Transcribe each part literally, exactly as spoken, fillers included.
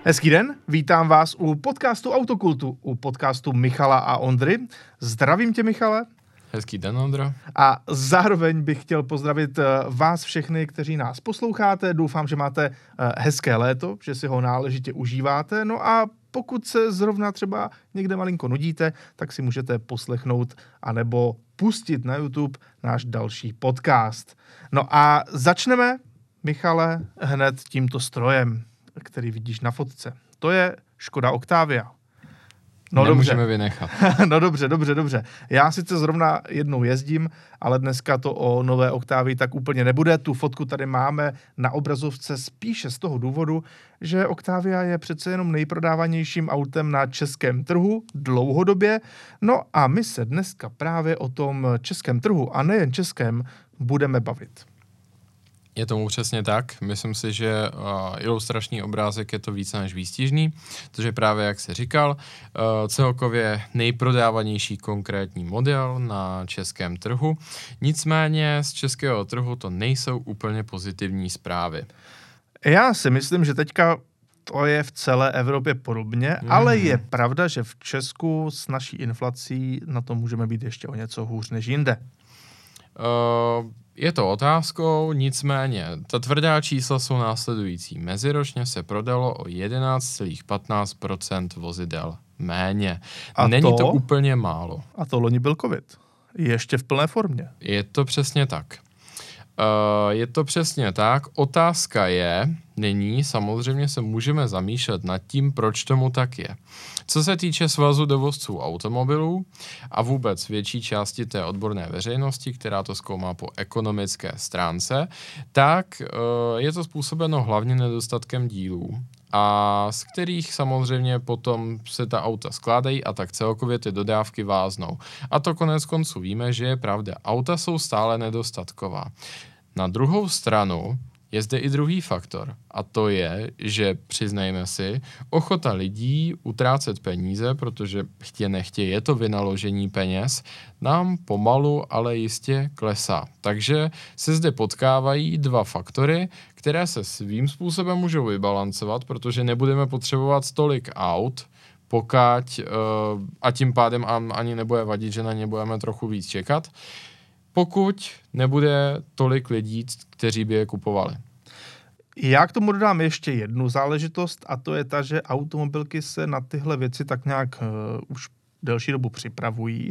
Hezký den, vítám vás u podcastu Autokultu, u podcastu Michala a Ondry. Zdravím tě, Michale. Hezký den, Ondro. A zároveň bych chtěl pozdravit vás všechny, kteří nás posloucháte. Doufám, že máte hezké léto, že si ho náležitě užíváte. No a pokud se zrovna třeba někde malinko nudíte, tak si můžete poslechnout anebo pustit na YouTube náš další podcast. No a začneme, Michale, hned tímto strojem, který vidíš na fotce. To je Škoda Octavia. No nemůžeme dobře. vynechat. No dobře, dobře, dobře. Já sice zrovna jednou jezdím, ale dneska to o nové Octavii tak úplně nebude. Tu fotku tady máme na obrazovce spíše z toho důvodu, že Octavia je přece jenom nejprodávanějším autem na českém trhu dlouhodobě. No a my se dneska právě o tom českém trhu a nejen českém budeme bavit. Je tomu přesně tak. Myslím si, že uh, ilustrační obrázek je to více než výstižný, protože právě, jak jsi říkal, uh, celkově nejprodávanější konkrétní model na českém trhu. Nicméně z českého trhu to nejsou úplně pozitivní zprávy. Já si myslím, že teďka to je v celé Evropě podobně, mm. ale je pravda, že v Česku s naší inflací na to můžeme být ještě o něco hůř než jinde. Uh, Je to otázkou, nicméně ta tvrdá čísla jsou následující. Meziročně se prodalo o jedenáct celá patnáct procent vozidel méně. A Není to, to úplně málo. A to loni byl covid. Ještě v plné formě. Je to přesně tak. Uh, je to přesně tak. Otázka je, nyní samozřejmě se můžeme zamýšlet nad tím, proč tomu tak je. Co se týče svazu dovozců automobilů a vůbec větší části té odborné veřejnosti, která to zkoumá po ekonomické stránce, tak uh, je to způsobeno hlavně nedostatkem dílů, a z kterých samozřejmě potom se ta auta skládají a tak celkově ty dodávky váznou. A to konec konců víme, že je pravda. Auta jsou stále nedostatková. Na druhou stranu je zde i druhý faktor, a to je, že přiznejme si, ochota lidí utrácet peníze, protože chtě nechtě je to vynaložení peněz, nám pomalu, ale jistě klesá. Takže se zde potkávají dva faktory, které se svým způsobem můžou vybalancovat, protože nebudeme potřebovat tolik aut, pokud, a tím pádem ani nebude vadit, že na ně budeme trochu víc čekat, pokud nebude tolik lidí, kteří by je kupovali. Já k tomu dodám ještě jednu záležitost, a to je ta, že automobilky se na tyhle věci tak nějak uh, už delší dobu připravují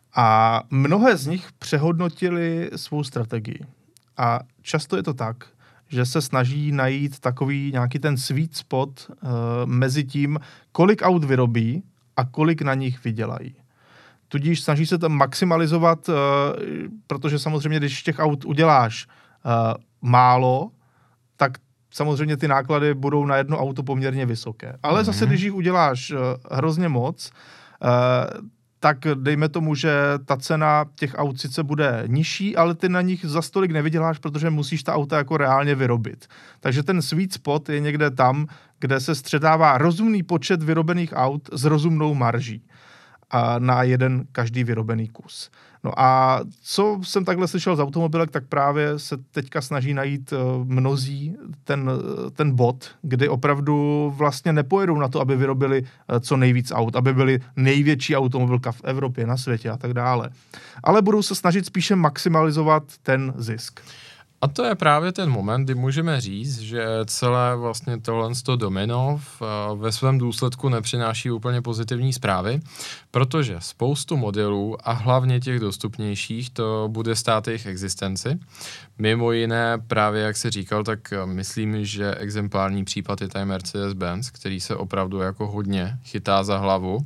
a mnohé z nich přehodnotili svou strategii. A často je to tak, že se snaží najít takový nějaký ten sweet spot uh, mezi tím, kolik aut vyrobí a kolik na nich vydělají. Tudíž snaží se tam maximalizovat, uh, protože samozřejmě, když těch aut uděláš uh, málo, tak samozřejmě ty náklady budou na jedno auto poměrně vysoké. Ale mm-hmm. zase, když jich uděláš uh, hrozně moc, uh, tak dejme tomu, že ta cena těch aut sice bude nižší, ale ty na nich za stolik nevyděláš, protože musíš ta auta jako reálně vyrobit. Takže ten sweet spot je někde tam, kde se střetává rozumný počet vyrobených aut s rozumnou marží a na jeden každý vyrobený kus. No a co jsem takhle slyšel z automobilek, tak právě se teďka snaží najít mnozí ten, ten bod, kdy opravdu vlastně nepojedou na to, aby vyrobili co nejvíc aut, aby byly největší automobilka v Evropě, na světě a tak dále. Ale budou se snažit spíše maximalizovat ten zisk. A to je právě ten moment, kdy můžeme říct, že celé vlastně tohle domino v, ve svém důsledku nepřináší úplně pozitivní zprávy, protože spoustu modelů a hlavně těch dostupnějších to bude stát jejich existenci. Mimo jiné, právě jak se říkal, tak myslím, že exemplární případ je tady Mercedes-Benz, který se opravdu jako hodně chytá za hlavu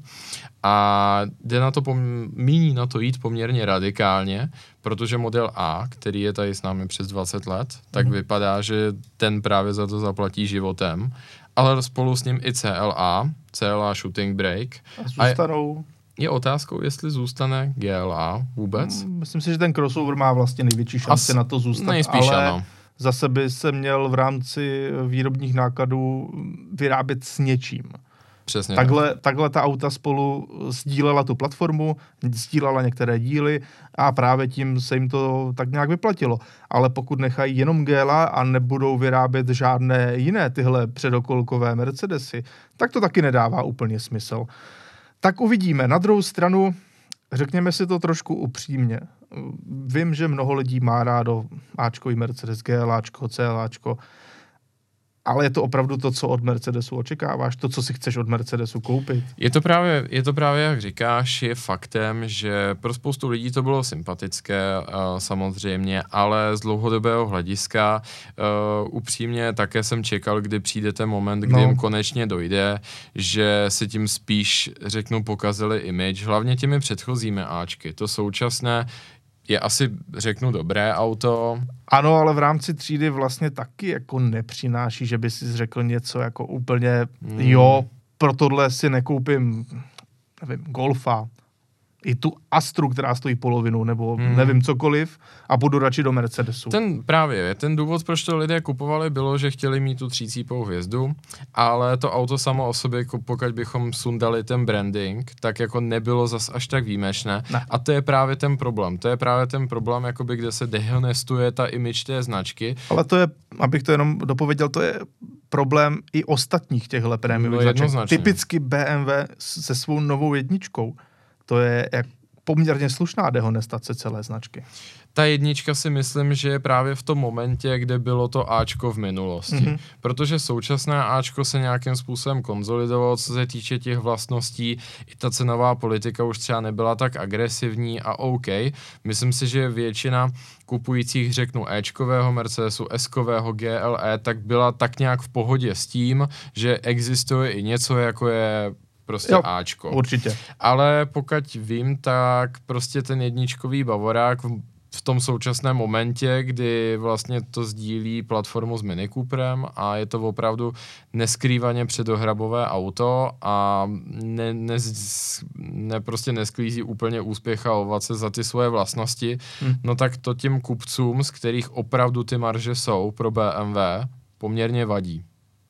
a jde na to pom- míní na to jít poměrně radikálně, protože model A, který je tady s námi přes dvacet let, tak mm. vypadá, že ten právě za to zaplatí životem, ale spolu s ním i C L A, C L A Shooting Brake. A zůstanou... Je otázkou, jestli zůstane G L A vůbec. Myslím si, že ten crossover má vlastně největší šanci As, na to zůstat, nejspíš, ale ano. Zase by se měl v rámci výrobních nákladů vyrábět s něčím. Přesně takhle, tak. takhle ta auta spolu sdílela tu platformu, sdílela některé díly a právě tím se jim to tak nějak vyplatilo. Ale pokud nechají jenom G L A a nebudou vyrábět žádné jiné tyhle předokolkové Mercedesy, tak to taky nedává úplně smysl. Tak uvidíme. Na druhou stranu, řekněme si to trošku upřímně. Vím, že mnoho lidí má rádo Ačkový Mercedes, GLAčko, CLAčko, ale je to opravdu to, co od Mercedesu očekáváš, to, co si chceš od Mercedesu koupit. Je to právě, je to právě jak říkáš, je faktem, že pro spoustu lidí to bylo sympatické, uh, samozřejmě, ale z dlouhodobého hlediska uh, upřímně také jsem čekal, kdy přijde ten moment, kdy no. jim konečně dojde, že si tím spíš, řeknu, pokazili image, hlavně těmi předchozími Ačky. To současné je asi, řeknu, dobré auto. Ano, ale v rámci třídy vlastně taky jako nepřináší, že by si řekl něco jako úplně, hmm. jo, pro tohle si nekoupím, nevím, Golfa, i tu Astru, která stojí polovinu, nebo hmm. nevím cokoliv, a půjdu radši do Mercedesu. Ten právě, ten důvod, proč to lidé kupovali, bylo, že chtěli mít tu třícípou hvězdu, ale to auto samo o sobě, pokud bychom sundali ten branding, tak jako nebylo zas až tak výjimečné. Ne. A to je právě ten problém. To je právě ten problém, jakoby, kde se dehonestuje ta image té značky. Ale to je, abych to jenom dopověděl, to je problém i ostatních těchto prémiových no, značek. Typicky B M W se svou novou jedničkou. To je jak poměrně slušná dehonestace celé značky. Ta jednička si myslím, že je právě v tom momentě, kde bylo to Ačko v minulosti. Mm-hmm. Protože současné Ačko se nějakým způsobem konzolidovalo, co se týče těch vlastností. I ta cenová politika už třeba nebyla tak agresivní a OK. Myslím si, že většina kupujících, řeknu, Ečkového Mercedesu, S-kového G L E, tak byla tak nějak v pohodě s tím, že existuje i něco, jako je prostě jo, Ačko. Určitě. Ale pokud vím, tak prostě ten jedničkový Bavorák v tom současném momentě, kdy vlastně to sdílí platformu s Mini Cooperem a je to opravdu neskrývaně předohrabové auto a ne, ne, ne prostě nesklízí úplně úspěch a ovace za ty svoje vlastnosti, hmm. no tak to těm kupcům, z kterých opravdu ty marže jsou pro B M W, poměrně vadí.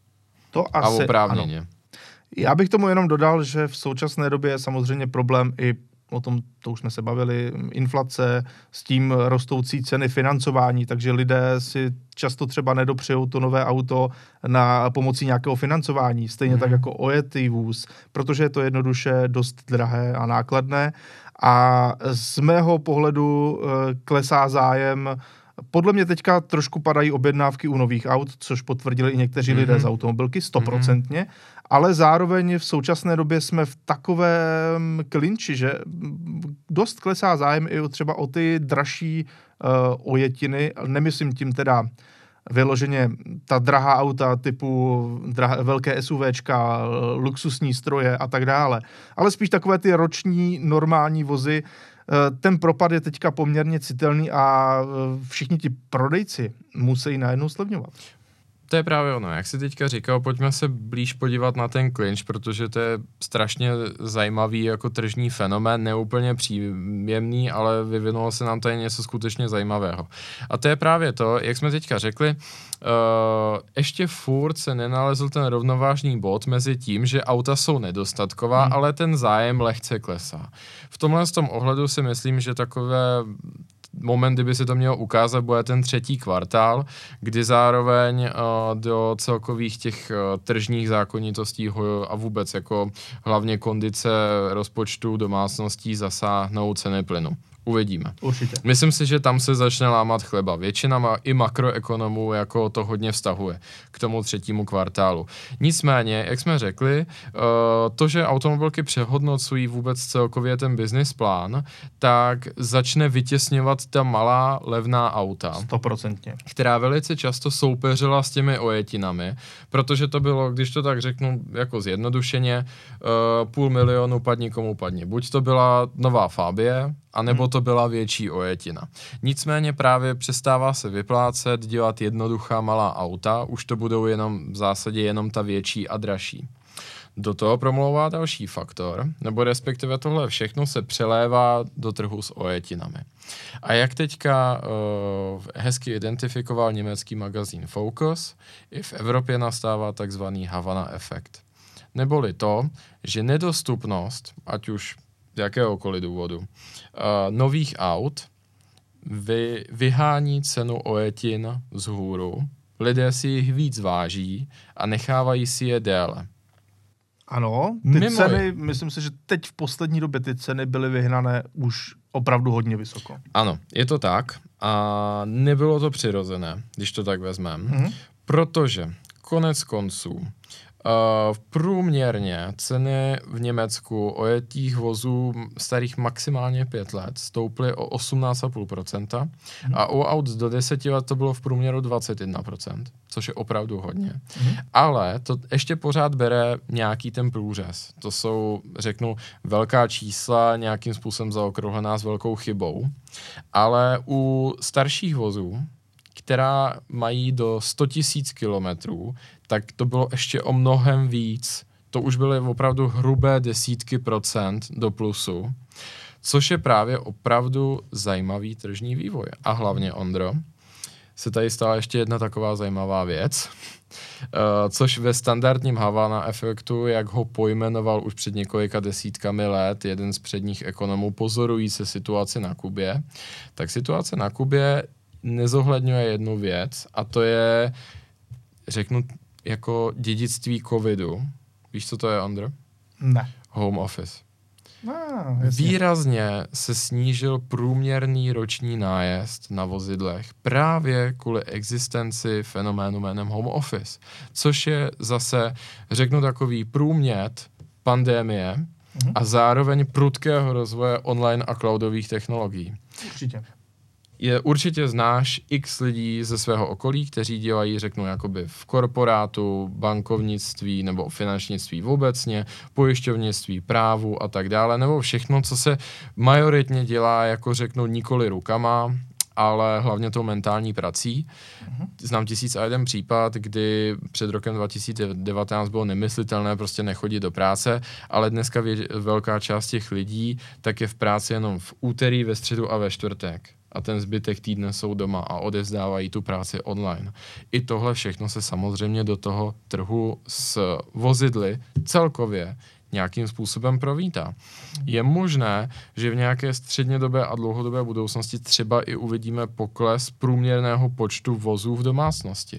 To asi, a oprávněně. Ano. Já bych tomu jenom dodal, že v současné době je samozřejmě problém i o tom, to už jsme se bavili, inflace, s tím rostoucí ceny financování, takže lidé si často třeba nedopřejou to nové auto na pomocí nějakého financování, stejně mm. tak jako ojetý vůz, protože je to jednoduše dost drahé a nákladné a z mého pohledu klesá zájem. Podle mě teďka trošku padají objednávky u nových aut, což potvrdili i někteří mm-hmm. lidé z automobilky, stoprocentně, mm-hmm. ale zároveň v současné době jsme v takovém klinči, že dost klesá zájem i třeba o ty dražší uh, ojetiny, nemyslím tím teda vyloženě ta drahá auta typu drahé, velké SUVčka, luxusní stroje a tak dále, ale spíš takové ty roční normální vozy. Ten propad je teďka poměrně citelný a všichni ti prodejci musí najednou slevňovat. To je právě ono, jak jsi teďka říkal, pojďme se blíž podívat na ten clinch, protože to je strašně zajímavý jako tržní fenomén, neúplně příjemný, ale vyvinulo se nám tady něco skutečně zajímavého. A to je právě to, jak jsme teďka řekli, uh, ještě furt se nenalezl ten rovnovážný bod mezi tím, že auta jsou nedostatková, hmm. ale ten zájem lehce klesá. V tomhle z tom ohledu si myslím, že takové moment, kdyby se to mělo ukázat, bude ten třetí kvartál, kdy zároveň uh, do celkových těch uh, tržních zákonitostí a vůbec jako hlavně kondice rozpočtu domácností zasáhnou ceny plynu. Uvidíme. Určitě. Myslím si, že tam se začne lámat chleba. Většina ma, i makroekonomů jako to hodně vztahuje k tomu třetímu kvartálu. Nicméně, jak jsme řekli, uh, to, že automobilky přehodnocují vůbec celkově ten business plán, tak začne vytěsňovat ta malá levná auta. Stoprocentně. Která velice často soupeřila s těmi ojetinami, protože to bylo, když to tak řeknu jako zjednodušeně, uh, půl milionu padni komu padni. Buď to byla nová Fabie, anebo to byla větší ojetina. Nicméně právě přestává se vyplácet dělat jednoduchá malá auta, už to budou jenom v zásadě jenom ta větší a dražší. Do toho promlouvá další faktor, nebo respektive tohle všechno se přelévá do trhu s ojetinami. A jak teďka uh, hezky identifikoval německý magazín Focus, i v Evropě nastává takzvaný Havana efekt. neboli to, že nedostupnost, ať už z jakéhokoliv důvodu, uh, nových aut vy, vyhání cenu ojetin vzhůru, lidé si jich víc váží a nechávají si je déle. Ano, ty Mimo ceny, je. myslím si, že teď v poslední době ty ceny byly vyhnané už opravdu hodně vysoko. Ano, je to tak a nebylo to přirozené, když to tak vezmeme, Mhm. protože konec konců uh, průměrně ceny v Německu ojetých vozů starých maximálně pět let stouply o osmnáct celá pět procenta Mhm. a u aut do deseti let to bylo v průměru dvacet jedna procent, což je opravdu hodně. Mhm. Ale to ještě pořád bere nějaký ten průřez. To jsou, řeknu, velká čísla, nějakým způsobem zaokrouhlená s velkou chybou. Ale u starších vozů, která mají do sto tisíc kilometrů, tak to bylo ještě o mnohem víc. To už byly opravdu hrubé desítky procent do plusu, což je právě opravdu zajímavý tržní vývoj. A hlavně, Ondro, se tady stala ještě jedna taková zajímavá věc, uh, což ve standardním Havana efektu, jak ho pojmenoval už před několika desítkami let jeden z předních ekonomů pozorují se situaci na Kubě, tak situace na Kubě nezohledňuje jednu věc a to je, řeknu, jako dědictví covidu. Víš, co to je, Ondro? Ne. Home office. Ah, jasně. Výrazně se snížil průměrný roční nájezd na vozidlech právě kvůli existenci fenoménu jménem home office, což je zase, řeknu, takový průmět pandemie Mhm. a zároveň prudkého rozvoje online a cloudových technologií. Určitě. Je, určitě znáš x lidí ze svého okolí, kteří dělají, řeknu, jakoby v korporátu, bankovnictví nebo finančnictví obecně, pojišťovnictví, právu a tak dále, nebo všechno, co se majoritně dělá, jako řeknu, nikoli rukama, ale hlavně tou mentální prací. Mhm. Znám tisíc a jeden případ, kdy před rokem dva tisíce devatenáct bylo nemyslitelné prostě nechodit do práce, ale dneska vě- velká část těch lidí tak je v práci jenom v úterý, ve středu a ve čtvrtek. A ten zbytek týdne jsou doma a odevzdávají tu práci online. I tohle všechno se samozřejmě do toho trhu s vozidly celkově nějakým způsobem promítá. Je možné, že v nějaké střednědobé a dlouhodobé budoucnosti třeba i uvidíme pokles průměrného počtu vozů v domácnosti.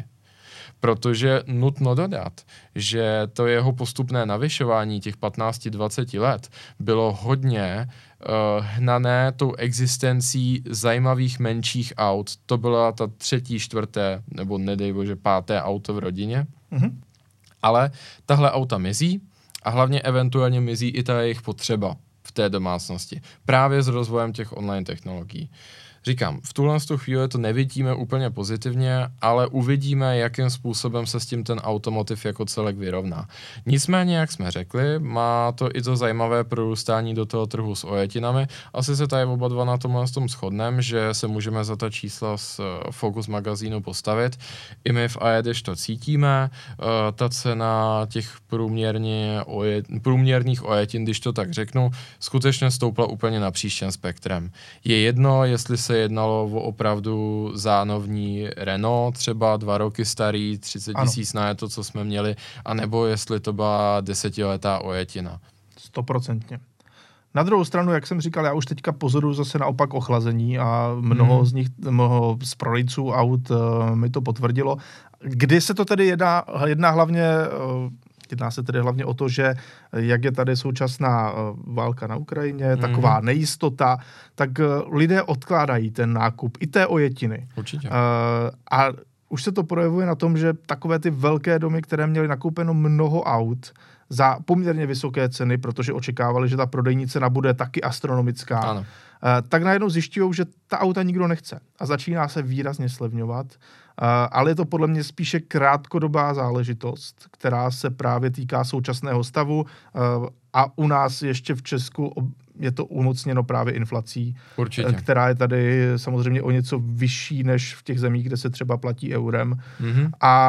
Protože nutno dodat, že to jeho postupné navyšování těch patnáct dvacet let bylo hodně uh, hnané tou existencí zajímavých menších aut. To byla ta třetí, čtvrté nebo nedej bože páté auto v rodině. Mhm. Ale tahle auta mizí a hlavně eventuálně mizí i ta jejich potřeba v té domácnosti. Právě s rozvojem těch online technologií. Říkám, v tuhle chvíli to nevidíme úplně pozitivně, ale uvidíme, jakým způsobem se s tím ten automotiv jako celek vyrovná. Nicméně, jak jsme řekli, má to i to zajímavé prorůstání do toho trhu s ojetinami. Asi se tady oba dva na tomhle tom shodneme, že se můžeme za ta čísla z Focus magazínu postavit. I my v Ajedeš to cítíme. Ta cena těch průměrně ojet, průměrných ojetin, když to tak řeknu, skutečně stoupla úplně napříč tím spektrem. Je jedno, jestli se jednalo o opravdu zánovní Renault, třeba dva roky starý, třicet tisíc na je to, co jsme měli, anebo jestli to byla desetiletá ojetina. Stoprocentně. Na druhou stranu, jak jsem říkal, já už teďka pozoruju zase naopak ochlazení a mnoho hmm. z nich, mnoho z prodejců aut uh, mi to potvrdilo. Kdy se to tedy jedná, jedná hlavně... Uh, Jedná se tedy hlavně o to, že jak je tady současná válka na Ukrajině, mm-hmm. taková nejistota, tak lidé odkládají ten nákup i té ojetiny. Určitě. Uh, a už se to projevuje na tom, že takové ty velké domy, které měly nakoupeno mnoho aut za poměrně vysoké ceny, protože očekávali, že ta prodejní cena bude taky astronomická, Ano. uh, tak najednou zjišťují, že ta auta nikdo nechce. A začíná se výrazně slevňovat. Uh, ale je to podle mě spíše krátkodobá záležitost, která se právě týká současného stavu uh, a u nás ještě v Česku je to umocněno právě inflací, Určitě. která je tady samozřejmě o něco vyšší než v těch zemích, kde se třeba platí eurem. Mm-hmm.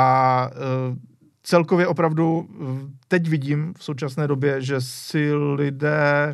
A uh, celkově opravdu uh, teď vidím v současné době, že si lidé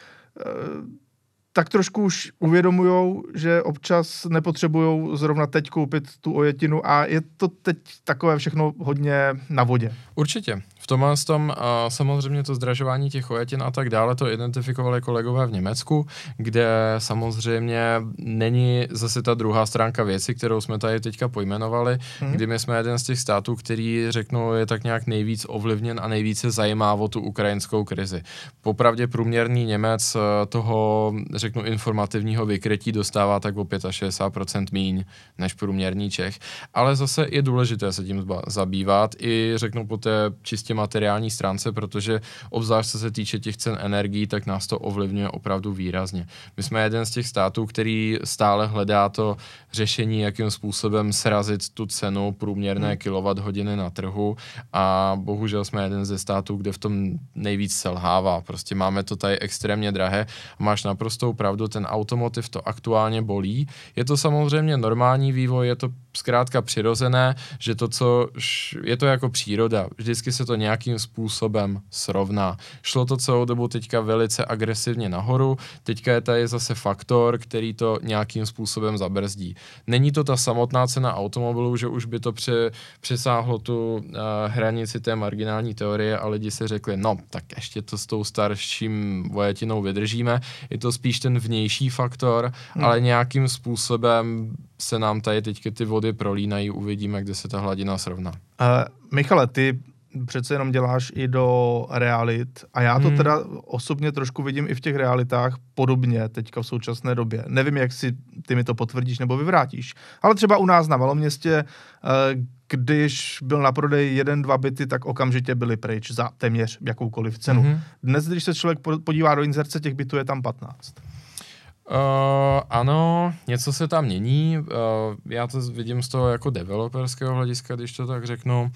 uh, tak trošku už uvědomujou, že občas nepotřebujou zrovna teď koupit tu ojetinu a je to teď takové všechno hodně na vodě. Určitě. V tomhle tom a samozřejmě to zdražování těch ojetin a tak dále to identifikovali kolegové v Německu, kde samozřejmě není zase ta druhá stránka věci, kterou jsme tady teďka pojmenovali, hmm. kdy my jsme jeden z těch států, který, řeknu, je tak nějak nejvíc ovlivněn a nejvíce zajímá o tu ukrajinskou krizi. Popravdě průměrný Němec toho, řeknu, informativního vykrytí dostává tak o šedesát pět procent míň než průměrný Čech, ale zase je důležité se tím zabývat i, řeknu, po té čistě materiální stránce, protože obzvlášť co se týče těch cen energií, tak nás to ovlivňuje opravdu výrazně. My jsme jeden z těch států, který stále hledá to řešení, jakým způsobem srazit tu cenu průměrné hmm. kilowatthodiny na trhu a bohužel jsme jeden ze států, kde v tom nejvíc selhává. Prostě máme to tady extrémně drahé. Máš naprostou pravdu, ten automotiv to aktuálně bolí. Je to samozřejmě normální vývoj, je to zkrátka přirozené, že to, co je to jako příroda, vždycky se to nějakým způsobem srovná. Šlo to celou dobu teďka velice agresivně nahoru, teďka je tady zase faktor, který to nějakým způsobem zabrzdí. Není to ta samotná cena automobilů, že už by to pře, přesáhlo tu uh, hranici té marginální teorie a lidi si řekli, no, tak ještě to s tou starším vojetinou vydržíme. Je to spíš ten vnější faktor, hmm. ale nějakým způsobem se nám tady teďka ty vody prolínají, uvidíme, kde se ta hladina srovná. Uh, Michale, ty přece jenom děláš i do realit a já to hmm. teda osobně trošku vidím i v těch realitách podobně teďka v současné době. Nevím, jak si ty mi to potvrdíš nebo vyvrátíš, ale třeba u nás na Maloměstě, když byl na prodej jeden, dva byty, tak okamžitě byly pryč za téměř jakoukoliv cenu. Hmm. Dnes, když se člověk podívá do inzerce, těch bytů je tam patnáct. Uh, ano, něco se tam mění, uh, já to vidím z toho jako developerského hlediska, když to tak řeknu.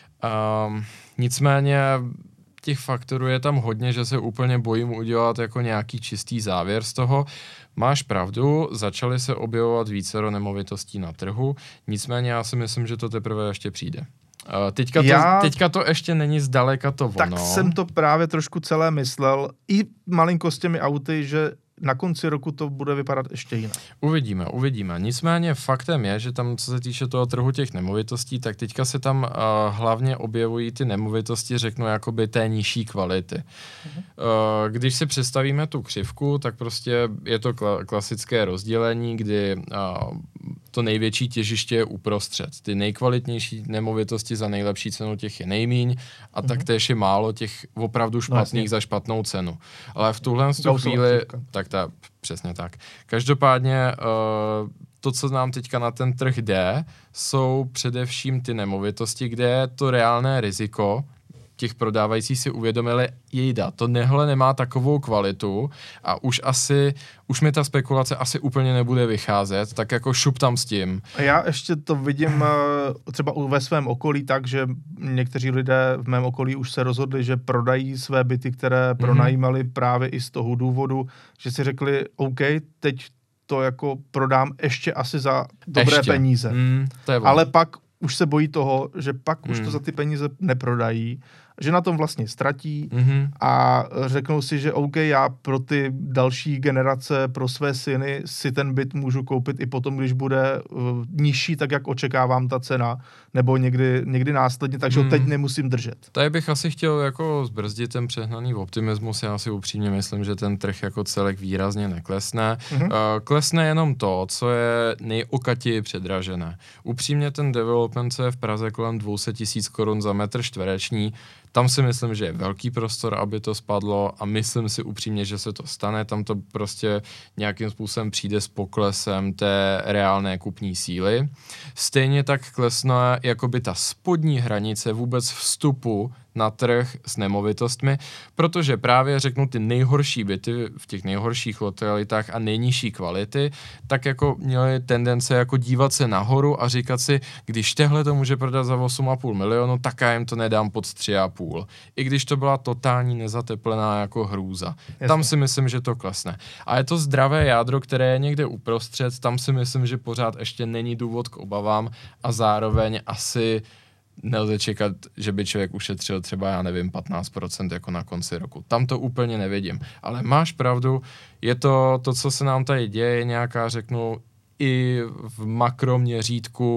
Uh, nicméně těch faktorů je tam hodně, že se úplně bojím udělat jako nějaký čistý závěr z toho. Máš pravdu, začaly se objevovat vícero nemovitostí na trhu, nicméně já si myslím, že to teprve ještě přijde. Uh, teďka, to, já, teďka to ještě není zdaleka to ono. Tak jsem to právě trošku celé myslel, i malinko s těmi auty, že na konci roku to bude vypadat ještě jinak. Uvidíme, uvidíme. Nicméně faktem je, že tam, co se týče toho trhu těch nemovitostí, tak teďka se tam uh, hlavně objevují ty nemovitosti, řeknu, jakoby té nižší kvality. Uh-huh. Uh, když si představíme tu křivku, tak prostě je to kla- klasické rozdělení, kdy uh, to největší těžiště je uprostřed. Ty nejkvalitnější nemovitosti za nejlepší cenu těch je nejmíň a uh-huh. taktéž je málo těch opravdu špatných no, za špatnou cenu. Ale v tuhle chvíli... Tak ta, přesně tak. Každopádně uh, to, co nám teďka na ten trh jde, jsou především ty nemovitosti, kde je to reálné riziko, těch prodávajících si uvědomili, jejda, to nehle nemá takovou kvalitu a už asi, už mi ta spekulace asi úplně nebude vycházet, tak jako šup tam s tím. A já ještě to vidím třeba ve svém okolí tak, že někteří lidé v mém okolí už se rozhodli, že prodají své byty, které pronajímali mm-hmm. právě i z toho důvodu, že si řekli, OK, teď to jako prodám ještě asi za dobré ještě. peníze. Mm, to je Ale pak už se bojí toho, že pak mm. už to za ty peníze neprodají, že na tom vlastně ztratí mm-hmm. a řeknou si, že OK, já pro ty další generace, pro své syny si ten byt můžu koupit i potom, když bude uh, nižší, tak jak očekávám ta cena, nebo někdy, někdy následně, takže mm. ho teď nemusím držet. Tady bych asi chtěl jako zbrzdit ten přehnaný optimismus, já si upřímně myslím, že ten trh jako celek výrazně neklesne. Mm-hmm. Uh, klesne jenom to, co je nejokatěji předražené. Upřímně ten development, co je v Praze kolem dvě stě tisíc korun za metr čtvereční, tam si myslím, že je velký prostor, aby to spadlo a myslím si upřímně, že se to stane. Tam to prostě nějakým způsobem přijde s poklesem té reálné kupní síly. Stejně tak klesne jakoby ta spodní hranice vůbec vstupu na trh s nemovitostmi, protože právě řeknu ty nejhorší byty v těch nejhorších lokalitách a nejnižší kvality, tak jako měly tendence jako dívat se nahoru a říkat si, když tehle to může prodat za osm a půl milionu, tak já jim to nedám pod tři a půl. I když to byla totální nezateplená jako hrůza. Jasně. Tam si myslím, že to klesne. A je to zdravé jádro, které je někde uprostřed, tam si myslím, že pořád ještě není důvod k obavám a zároveň asi nelze čekat, že by člověk ušetřil třeba, já nevím, patnáct procent jako na konci roku. Tam to úplně nevidím. Ale máš pravdu, je to to, co se nám tady děje, nějaká, řeknu, i v makroměřítku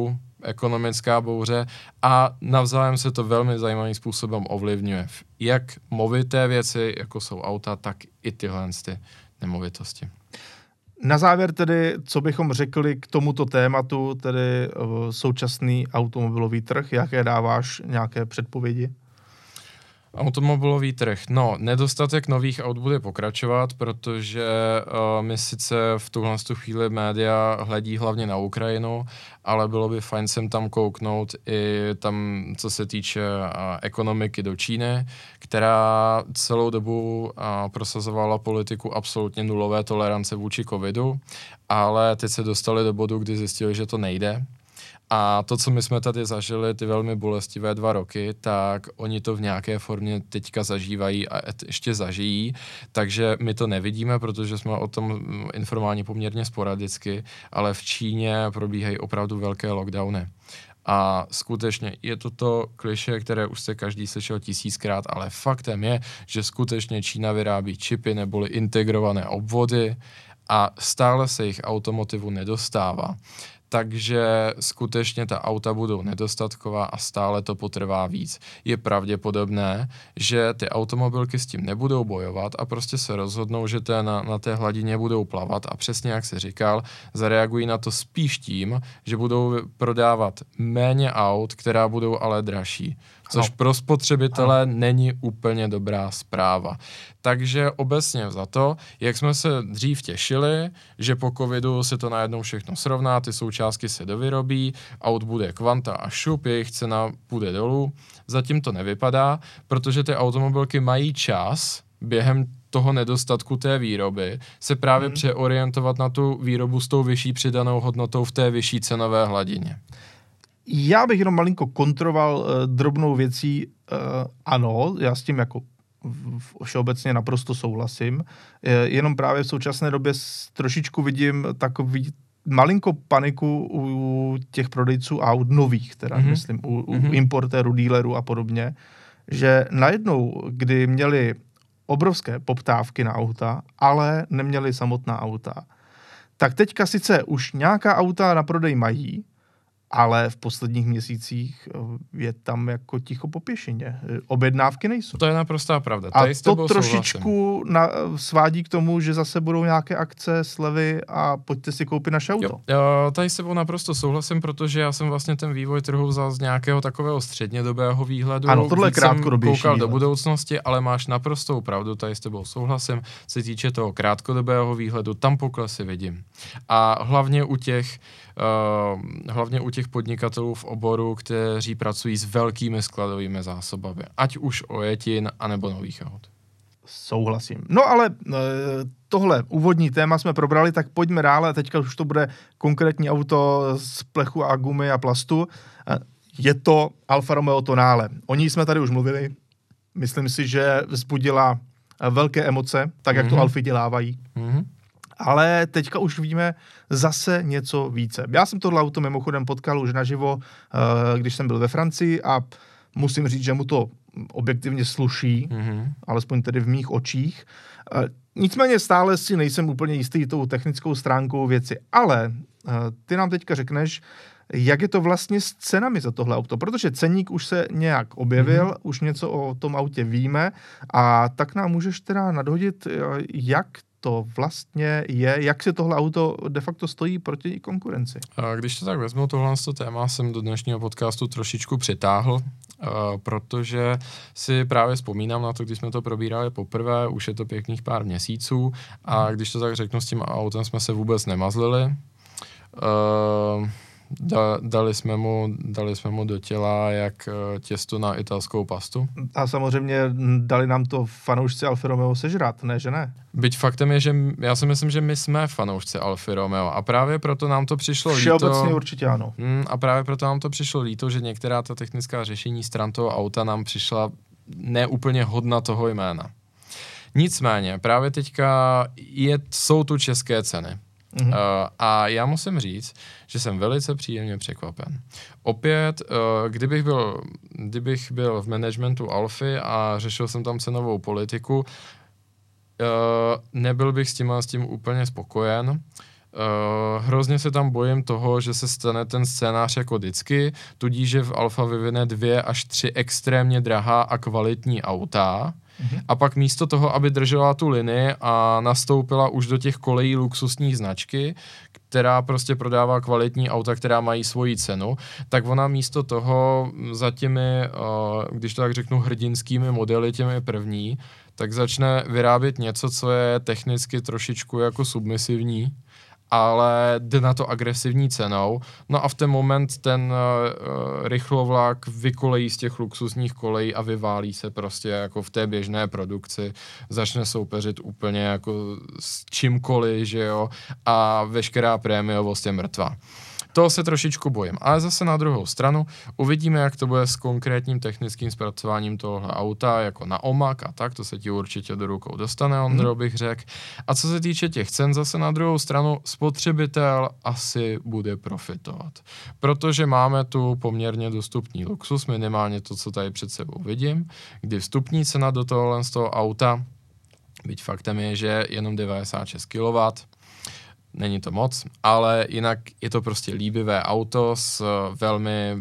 ekonomická bouře a navzájem se to velmi zajímavým způsobem ovlivňuje. Jak movité věci, jako jsou auta, tak i tyhle ty nemovitosti. Na závěr tedy, co bychom řekli k tomuto tématu, tedy uh, současný automobilový trh, jaké dáváš nějaké předpovědi? Automobilový trh. No, nedostatek nových aut bude pokračovat, protože uh, my sice v tuhle chvíli média hledí hlavně na Ukrajinu, ale bylo by fajn sem tam kouknout i tam, co se týče uh, ekonomiky do Číny, která celou dobu uh, prosazovala politiku absolutně nulové tolerance vůči covidu, ale teď se dostali do bodu, kdy zjistili, že to nejde. A to, co my jsme tady zažili, ty velmi bolestivé dva roky, tak oni to v nějaké formě teďka zažívají a ještě zažijí, takže my to nevidíme, protože jsme o tom informováni poměrně sporadicky, ale v Číně probíhají opravdu velké lockdowny. A skutečně je to to klišé, které už jste každý slyšel tisíckrát, ale faktem je, že skutečně Čína vyrábí čipy neboli integrované obvody a stále se jich automotivu nedostává. Takže skutečně ta auta budou nedostatková a stále to potrvá víc. Je pravděpodobné, že ty automobilky s tím nebudou bojovat a prostě se rozhodnou, že té na, na té hladině budou plavat a přesně jak jsi říkal, zareagují na to spíš tím, že budou prodávat méně aut, která budou ale dražší. Což no. pro spotřebitele ano. není úplně dobrá zpráva. Takže obecně za to, jak jsme se dřív těšili, že po covidu se to najednou všechno srovná, ty součástky se dovyrobí, aut bude kvanta a šup, jejich cena půjde dolů. Zatím to nevypadá, protože ty automobilky mají čas během toho nedostatku té výroby se právě hmm. přeorientovat na tu výrobu s tou vyšší přidanou hodnotou v té vyšší cenové hladině. Já bych jenom malinko kontroval uh, drobnou věcí. Uh, ano, já s tím jako všeobecně naprosto souhlasím. Uh, jenom právě v současné době s, trošičku vidím takový malinko paniku u těch prodejců aut nových, teda mm-hmm. myslím, u, u mm-hmm. importérů, dealerů a podobně, že najednou, kdy měli obrovské poptávky na auta, ale neměli samotná auta, tak teďka sice už nějaká auta na prodej mají, ale v posledních měsících je tam jako ticho po pěšině. Objednávky nejsou. To je naprostá pravda. A to trošičku na, svádí k tomu, že zase budou nějaké akce, slevy a pojďte si koupit naše auto. Jo, jo, tady s tebou naprosto souhlasím, protože já jsem vlastně ten vývoj trhu vzal z nějakého takového střednědobého výhledu. Ano, tohle je krátkodobější koukal výhled. do budoucnosti, ale máš naprostou pravdu, tady s tebou souhlasím. Co se týče toho krátkodobého výhledu, tam poklesy vidím. A hlavně u těch Uh, hlavně u těch podnikatelů v oboru, kteří pracují s velkými skladovými zásobami. Ať už ojetin, anebo nových aut. Souhlasím. No ale uh, tohle úvodní téma jsme probrali, tak pojďme dále. Teďka už to bude konkrétní auto z plechu a gumy a plastu. Uh, je to Alfa Romeo Tonale. O ní jsme tady už mluvili. Myslím si, že vzbudila velké emoce, tak jak mm-hmm. to Alfy dělávají. Mm-hmm. Ale teďka už víme zase něco více. Já jsem tohle auto mimochodem potkal už naživo, když jsem byl ve Francii a musím říct, že mu to objektivně sluší, mm-hmm. alespoň tedy v mých očích. Nicméně stále si nejsem úplně jistý tou technickou stránkou věci, ale ty nám teďka řekneš, jak je to vlastně s cenami za tohle auto, protože ceník už se nějak objevil, mm-hmm. už něco o tom autě víme a tak nám můžeš teda nadhodit, jak to vlastně je, jak se tohle auto de facto stojí proti konkurenci. A když to tak vezmu, tohle téma jsem do dnešního podcastu trošičku přitáhl, uh, protože si právě vzpomínám na to, když jsme to probírali poprvé, už je to pěkných pár měsíců a když to tak řeknu, s tím autem jsme se vůbec nemazlili. Uh, Da, dali, jsme mu, dali jsme mu do těla jak těsto na italskou pastu. A samozřejmě dali nám to fanoušci Alfa Romeo sežrat, ne, že ne? Byť faktem je, že já si myslím, že my jsme fanoušci Alfa Romeo a právě proto nám to přišlo líto. Všeobecně určitě ano. Mm, a právě proto nám to přišlo líto, že některá ta technická řešení stran toho auta nám přišla neúplně hodna toho jména. Nicméně, právě teďka je, jsou tu české ceny. Mm-hmm. Uh, a já musím říct, že jsem velice příjemně překvapen. Opět, uh, kdybych byl, kdybych byl v managementu Alfy a řešil jsem tam cenovou politiku, uh, nebyl bych s tím, s tím úplně spokojen. Uh, hrozně se tam bojím toho, že se stane ten scénář jako vždycky, tudíž že v Alfa vyvine dvě až tři extrémně drahá a kvalitní auta, mm-hmm. a pak místo toho, aby držela tu linii a nastoupila už do těch kolejí luxusní značky, která prostě prodává kvalitní auta, která mají svoji cenu, tak ona místo toho za těmi, uh, když to tak řeknu, hrdinskými modely, těmi první, tak začne vyrábět něco, co je technicky trošičku jako submisivní, ale jde na to agresivní cenou. No a v ten moment ten uh, rychlovlak vykolejí z těch luxusních kolejí a vyválí se prostě jako v té běžné produkci, začne soupeřit úplně jako s čímkoliv, že jo, a veškerá prémiovost je mrtvá. Toho se trošičku bojím. Ale zase na druhou stranu uvidíme, jak to bude s konkrétním technickým zpracováním tohohle auta, jako na omak a tak, to se ti určitě do rukou dostane, Ondro, hmm. bych řekl. A co se týče těch cen, zase na druhou stranu, spotřebitel asi bude profitovat. Protože máme tu poměrně dostupný luxus, minimálně to, co tady před sebou vidím, kdy vstupní cena do tohohle z toho auta, byť faktem je, že jenom devadesát šest kilowattů, není to moc, ale jinak je to prostě líbivé auto s velmi,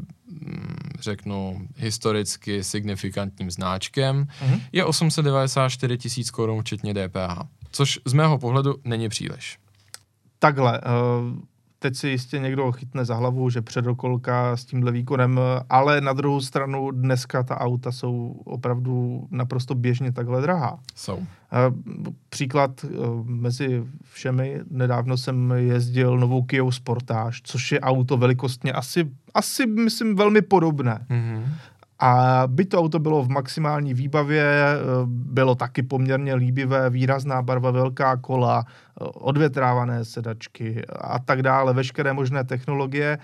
řeknu, historicky signifikantním znáčkem. Mm-hmm. Je osm set devadesát čtyři tisíc korun včetně D P H, což z mého pohledu není příliš. Takhle, teď si jistě někdo chytne za hlavu, že předokolka s tímhle výkonem, ale na druhou stranu dneska ta auta jsou opravdu naprosto běžně takhle drahá. Jsou. Příklad mezi všemi, nedávno jsem jezdil novou Kia Sportage, což je auto velikostně asi, asi myslím, velmi podobné. Mm-hmm. A byť to auto bylo v maximální výbavě, bylo taky poměrně líbivé, výrazná barva, velká kola, odvětrávané sedačky a tak dále, veškeré možné technologie.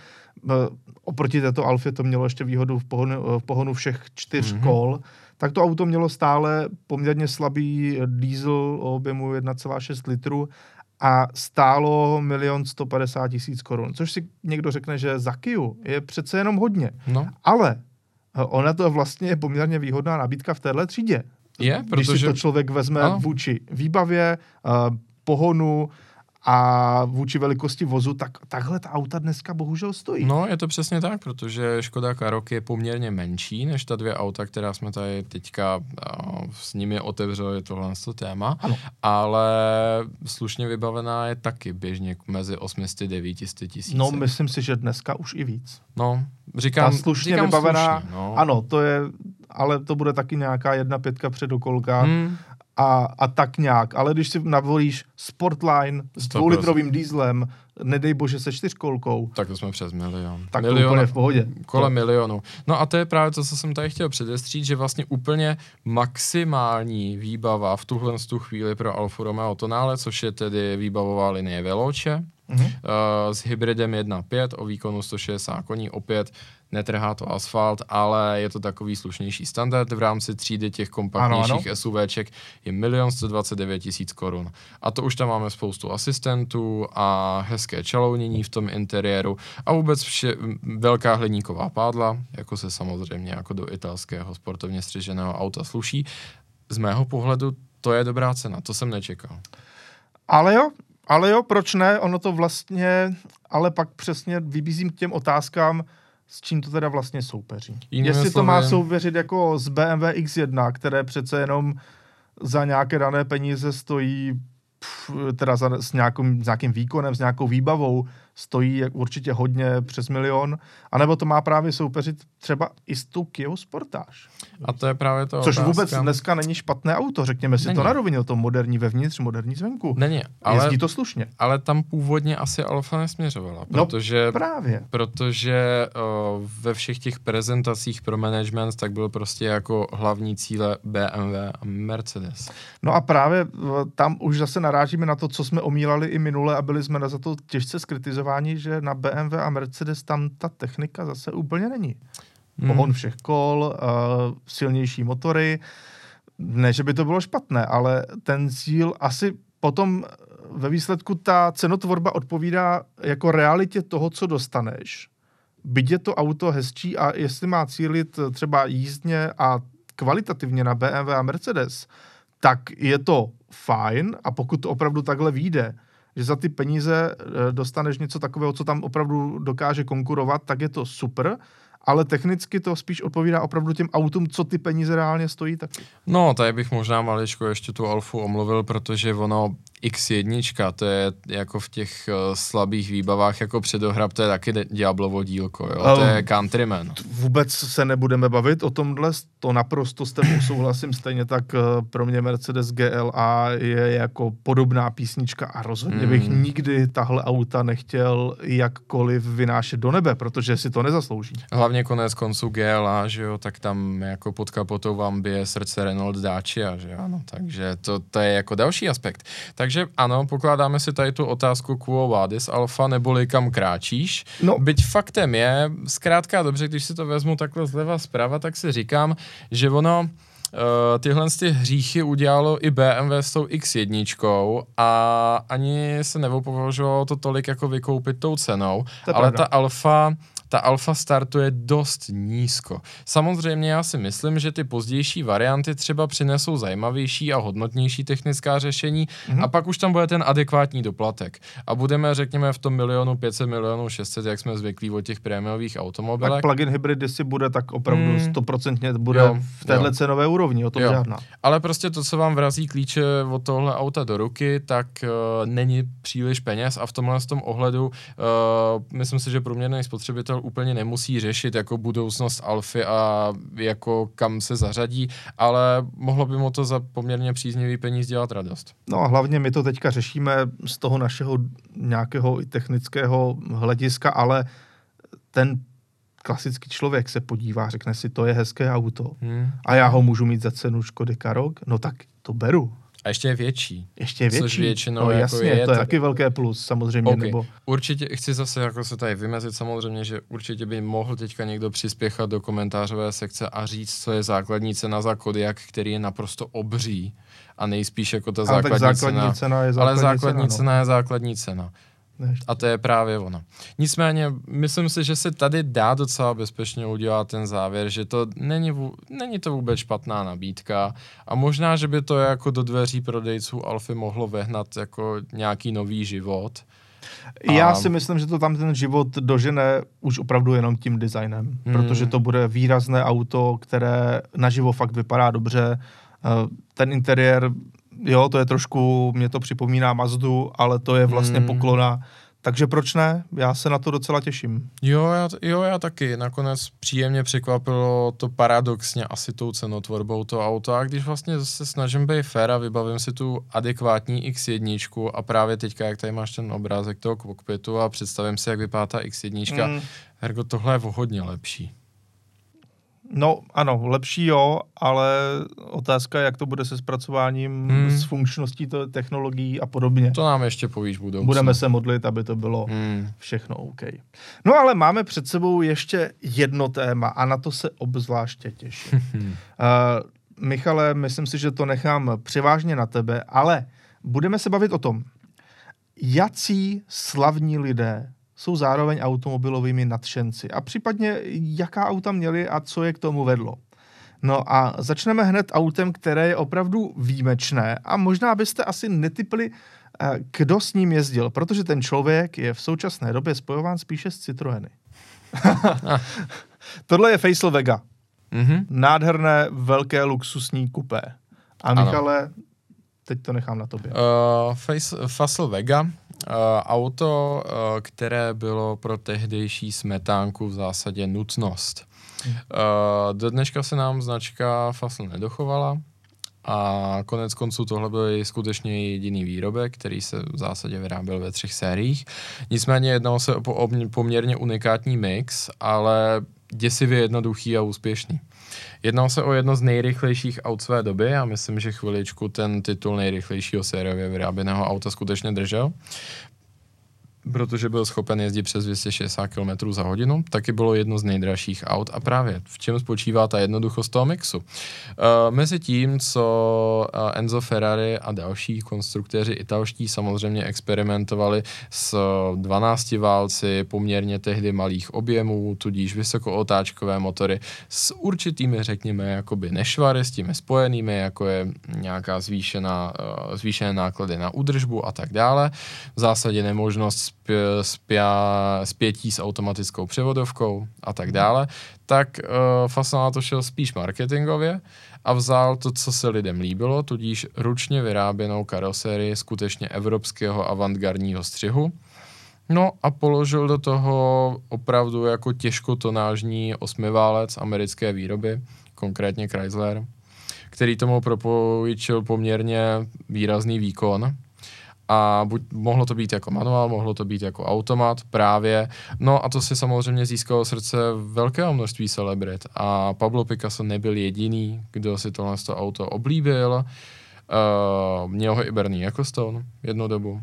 Oproti této Alfě to mělo ještě výhodu v pohonu, v pohonu všech čtyř mm-hmm. kol. Tak to auto mělo stále poměrně slabý diesel o objemu jedna celá šest litru a stálo milion sto padesát tisíc korun, což si někdo řekne, že za Kia je přece jenom hodně. No. Ale ona to vlastně je poměrně výhodná nabídka v téhle třídě. Je, protože... Když si to člověk vezme ano. vůči výbavě, pohonu a vůči velikosti vozu, tak takhle ta auta dneska bohužel stojí. No, je to přesně tak, protože Škoda Karoq je poměrně menší než ta dvě auta, která jsme tady teďka uh, s nimi otevřeli tohle téma, ano. ale slušně vybavená je taky běžně mezi osm set devět set tisíc. No, myslím si, že dneska už i víc. No, říkám, ta slušně říkám vybavená, slušně, no. Ano, to je, ale to bude taky nějaká jedna pětka předokolka. Hmm. A, a tak nějak, ale když si navolíš Sportline s dvoulitrovým dieselem, nedej bože se čtyřkolkou. Tak to jsme přes milion. Tak milion, to úplně v pohodě. Kolem milionu. No a to je právě to, co jsem tady chtěl předestřít, že vlastně úplně maximální výbava v tuhle tu chvíli pro Alfa Romeo Tonale, což je tedy výbavová linie Veloce, mm-hmm. uh, s hybridem jedna celá pět o výkonu sto šedesát koní, opět netrhá to asfalt, ale je to takový slušnější standard v rámci třídy těch kompaktnějších SUVček je milion sto dvacet devět tisíc korun. A to už tam máme spoustu asistentů a hezké čalounění v tom interiéru a vůbec vše, velká hliníková pádla, jako se samozřejmě jako do italského sportovně střiženého auta sluší. Z mého pohledu to je dobrá cena, to jsem nečekal. Ale jo, ale jo, proč ne? Ono to vlastně, ale pak přesně vybízím k těm otázkám, s čím to teda vlastně soupeří. Jinými Jestli slovy... to má soupeřit jako s B M W X jedna, které přece jenom za nějaké dané peníze stojí, pff, teda za, s, nějakým, s nějakým výkonem, s nějakou výbavou, stojí určitě hodně přes milion, anebo to má právě soupeřit třeba i s tou Kia Sportage. A to je právě to Což otázka. Vůbec dneska není špatné auto, řekněme si není. To na rovině, to moderní vevnitř, moderní zvenku. Není, ale, jezdí to slušně. Ale tam původně asi Alfa nesměřovala, protože, no právě. protože uh, ve všech těch prezentacích pro management tak byl prostě jako hlavní cíle B M W a Mercedes. No a právě tam už zase narážíme na to, co jsme omílali i minule a byli jsme na za to těžce skritizováni, že na B M W a Mercedes tam ta technika zase úplně není. Pohon všech kol, uh, silnější motory, ne, že by to bylo špatné, ale ten cíl asi potom ve výsledku ta cenotvorba odpovídá jako realitě toho, co dostaneš. Byť je to auto hezčí a jestli má cílit třeba jízdně a kvalitativně na B M W a Mercedes, tak je to fajn a pokud to opravdu takhle vyjde, že za ty peníze dostaneš něco takového, co tam opravdu dokáže konkurovat, tak je to super, ale technicky to spíš odpovídá opravdu těm autům, co ty peníze reálně stojí taky. No, tady bych možná maličko ještě tu Alfu omluvil, protože ono iks jedna, to je jako v těch uh, slabých výbavách jako předohrab, to je taky Diablovo dílko, jo? Um, to je Countryman. Vůbec se nebudeme bavit o tomhle, to naprosto s tebou souhlasím, stejně tak uh, pro mě Mercedes G L A je jako podobná písnička a rozhodně mm. bych nikdy tahle auta nechtěl jakkoliv vynášet do nebe, protože si to nezaslouží. Hlavně konec konců G L A, že jo, tak tam jako pod kapotou vám bije srdce Renault Dacia, že jo, no, takže to, to je jako další aspekt. Takže ano, pokládáme si tady tu otázku Quo Vadis Alfa, neboli kam kráčíš. No. Byť faktem je, zkrátka dobře, když si to vezmu takhle zleva zprava, tak si říkám, že ono Uh, tyhle ty hříchy udělalo i B M W s tou iks jedna a ani se nepovažovalo to tolik jako vykoupit tou cenou, ale pravda. ta Alfa ta Alfa startuje dost nízko. Samozřejmě já si myslím, že ty pozdější varianty třeba přinesou zajímavější a hodnotnější technická řešení mm-hmm. a pak už tam bude ten adekvátní doplatek. A budeme, řekněme, v tom milionu pět set, milionu šest set, jak jsme zvyklí od těch prémiových automobilek. Tak plug-in hybrid, jestli bude, tak opravdu stoprocentně mm, bude jo, v téhle jo. cenové úrovni, o tom jo. žádná. Ale prostě to, co vám vrazí klíče od tohle auta do ruky, tak uh, není příliš peněz a v tomhle z tom ohledu uh, myslím si, že průměrný spotřebitel úplně nemusí řešit jako budoucnost Alfy a jako kam se zařadí, ale mohlo by mu to za poměrně příznivý peníz dělat radost. No a hlavně my to teďka řešíme z toho našeho nějakého technického hlediska, ale ten klasický člověk se podívá, řekne si, to je hezké auto hmm. a já ho můžu mít za cenu Škody Karoq, no tak to beru. A ještě je větší. Ještě je větší. Což většinou no jako jasně, je to je taky velké plus, samozřejmě. Okay. Nebo... Určitě chci zase jako se tady vymezit samozřejmě, že určitě by mohl teďka někdo přispěchat do komentářové sekce a říct, co je základní cena za Kodiaq, který je naprosto obří a nejspíš jako ta základní, ale základní cena. cena je základní ale základní cena, cena no. je základní cena. A to je právě ono. Nicméně, myslím si, že se tady dá docela bezpečně udělat ten závěr, že to není, není to vůbec špatná nabídka a možná, že by to jako do dveří prodejců Alfy mohlo vehnat jako nějaký nový život. A... Já si myslím, že to tam ten život dožene už opravdu jenom tím designem, hmm. protože to bude výrazné auto, které naživo fakt vypadá dobře. Ten interiér, jo, to je trošku, mě to připomíná Mazdu, ale to je vlastně hmm. poklona. Takže proč ne? Já se na to docela těším. Jo já, jo, já taky. Nakonec příjemně překvapilo to paradoxně asi tou cenotvorbou to auto. A když vlastně se snažím být fair a vybavím si tu adekvátní iks jedna a právě teďka, jak tady máš ten obrázek toho kokpitu a představím si, jak vypadá ta iks jedna, mm. hergo, tohle je o hodně lepší. No ano, lepší jo, ale otázka je, jak to bude se zpracováním, hmm. s funkčností to, technologií a podobně. To nám ještě povíš budoucnu. Budeme se modlit, aby to bylo hmm. všechno OK. No ale máme před sebou ještě jedno téma a na to se obzvláště těším. uh, Michale, myslím si, že to nechám převážně na tebe, ale budeme se bavit o tom, jací slavní lidé jsou zároveň automobilovými nadšenci. A případně, jaká auta měli a co je k tomu vedlo. No a začneme hned autem, které je opravdu výjimečné a možná byste asi netipli, kdo s ním jezdil, protože ten člověk je v současné době spojován spíše s Citroeny. Tohle je Facel Vega. Mm-hmm. Nádherné, velké, luxusní kupé. A Michale, ano. teď to nechám na tobě. Uh, Facel Vega. Uh, auto, uh, které bylo pro tehdejší smetánku v zásadě nutnost. Uh, do dneška se nám značka Facel nedochovala a konec konců tohle byl skutečně jediný výrobek, který se v zásadě vyráběl ve třech sériích. Nicméně jednalo se o poměrně unikátní mix, ale děsivě jednoduchý a úspěšný. Jednalo se o jedno z nejrychlejších aut své doby a myslím, že chviličku ten titul nejrychlejšího sériově vyráběného auta skutečně držel. protože byl schopen jezdit přes dvě stě šedesát kilometrů za hodinu, taky bylo jedno z nejdražších aut a právě v čem spočívá ta jednoduchost toho mixu. Uh, mezi tím, co uh, Enzo Ferrari a další konstruktéři italští samozřejmě experimentovali s dvanácti válci poměrně tehdy malých objemů, tudíž vysokootáčkové motory s určitými, řekněme, jakoby nešvary s tím spojenými, jako je nějaká zvýšená, uh, zvýšené náklady na údržbu a tak dále. V zásadě nemožnost spě, spě, spětí s automatickou převodovkou a tak dále, tak uh, Fasanato šel spíš marketingově a vzal to, co se lidem líbilo, tudíž ručně vyráběnou karosérii skutečně evropského avantgardního střihu. No a položil do toho opravdu jako těžkotonážní osmiválec americké výroby, konkrétně Chrysler, který tomu propůjčil poměrně výrazný výkon. A buď mohlo to být jako manuál, mohlo to být jako automat právě. No a to si samozřejmě získalo srdce velkého množství celebrit. A Pablo Picasso nebyl jediný, kdo si tohle auto oblíbil. Uh, měl ho i Bernie Ecclestone jednu dobu.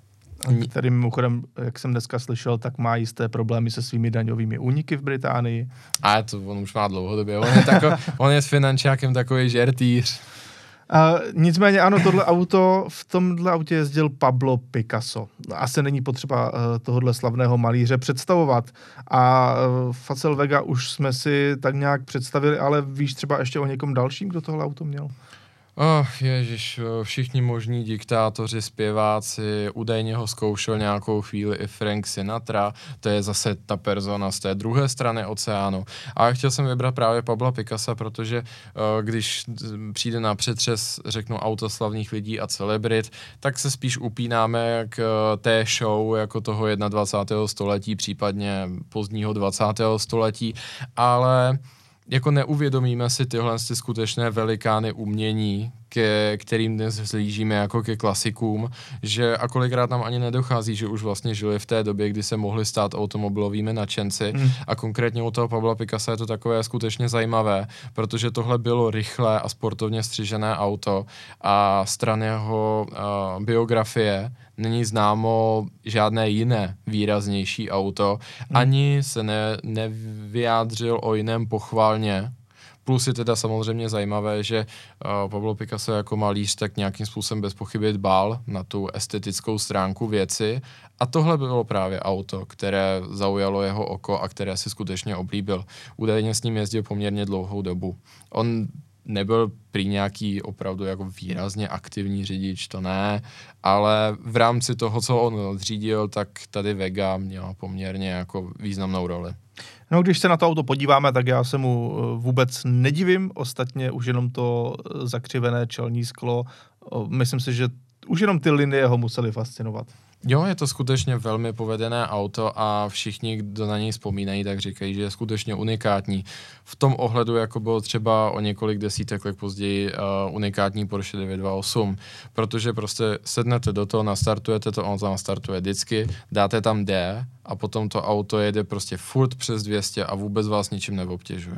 Tady mimochodem, jak jsem dneska slyšel, tak má jisté problémy se svými daňovými úniky v Británii. A to on už má dlouhodobě. On je, tako, on je s finančákem takový žertýř. Uh, nicméně ano, tohle auto, v tomhle autě jezdil Pablo Picasso. Asi není potřeba uh, tohohle slavného malíře představovat. A uh, Facel Vega už jsme si tak nějak představili, ale víš třeba ještě o někom dalším, kdo tohle auto měl? Oh, ježiš, všichni možní diktátoři, zpěváci, údajně ho zkoušel nějakou chvíli i Frank Sinatra, to je zase ta persona z té druhé strany oceánu. A chtěl jsem vybrat právě Pabla Picassa, protože uh, když přijde na přetřes, řeknu, auto slavných lidí a celebrit, tak se spíš upínáme k uh, té show jako toho dvacátého prvního století, případně pozdního dvacátého století, ale jako neuvědomíme si tyhle ty skutečné velikány umění, ke kterým dnes vzlížíme jako ke klasikům, že a kolikrát nám ani nedochází, že už vlastně žili v té době, kdy se mohli stát automobilovými nadšenci hmm. a konkrétně u toho Pabla Picassa je to takové skutečně zajímavé, protože tohle bylo rychlé a sportovně střižené auto a stran jeho uh, biografie není známo žádné jiné výraznější auto, hmm. ani se ne, nevyjádřil o jiném pochvalně. Plus je teda samozřejmě zajímavé, že uh, Pablo Picasso jako malíř tak nějakým způsobem bez pochyby dbal na tu estetickou stránku věci a tohle bylo právě auto, které zaujalo jeho oko a které si skutečně oblíbil. Údajně s ním jezdil poměrně dlouhou dobu. On nebyl prý nějaký opravdu jako výrazně aktivní řidič, to ne, ale v rámci toho, co on odřídil, tak tady Vega měla poměrně jako významnou roli. No, když se na to auto podíváme, tak já se mu vůbec nedivím, ostatně už jenom to zakřivené čelní sklo, myslím si, že už jenom ty linie ho museli fascinovat. Jo, je to skutečně velmi povedené auto a všichni, kdo na něj vzpomínají, tak říkají, že je skutečně unikátní. V tom ohledu, jako bylo třeba o několik desítek let později uh, unikátní Porsche devět dvacet osm, protože prostě sednete do toho, nastartujete to, on to nastartuje vždycky, dáte tam D a potom to auto jede prostě furt přes dvě stě a vůbec vás ničím neobtěžuje.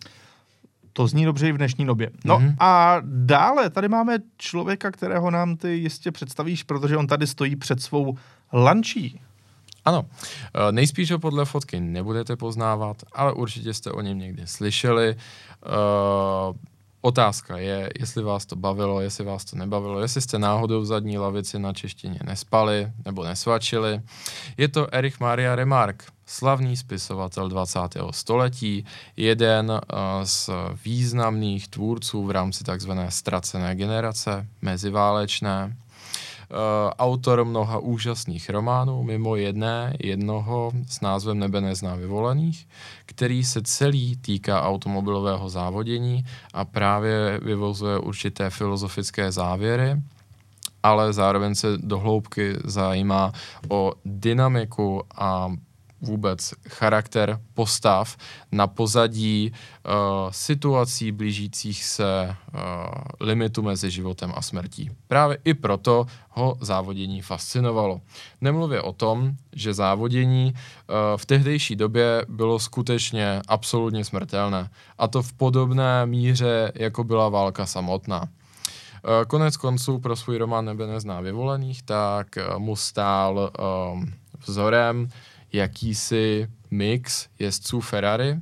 To zní dobře i v dnešní době. No mm-hmm. a dále tady máme člověka, kterého nám ty jistě představíš, protože on tady stojí před svou lančí. Ano, nejspíš ho podle fotky nebudete poznávat, ale určitě jste o něm někdy slyšeli. Uh, otázka je, jestli vás to bavilo, jestli vás to nebavilo, jestli jste náhodou v zadní lavici na češtině nespali nebo nesvačili. Je to Erich Maria Remarque, slavný spisovatel dvacátého století, jeden uh, z významných tvůrců v rámci takzvané ztracené generace, meziválečné. Uh, autor mnoha úžasných románů, mimo jedné, jednoho s názvem Nebe nezná vyvolených, který se celý týká automobilového závodění a právě vyvozuje určité filozofické závěry, ale zároveň se do hloubky zajímá o dynamiku a vůbec charakter postav na pozadí uh, situací blížících se uh, limitu mezi životem a smrtí. Právě i proto ho závodění fascinovalo. Nemluvě o tom, že závodění uh, v tehdejší době bylo skutečně absolutně smrtelné. A to v podobné míře, jako byla válka samotná. Konec konců pro svůj román Nebe nezná vyvolených, tak mu stál um, vzorem jakýsi mix jezdců Ferrari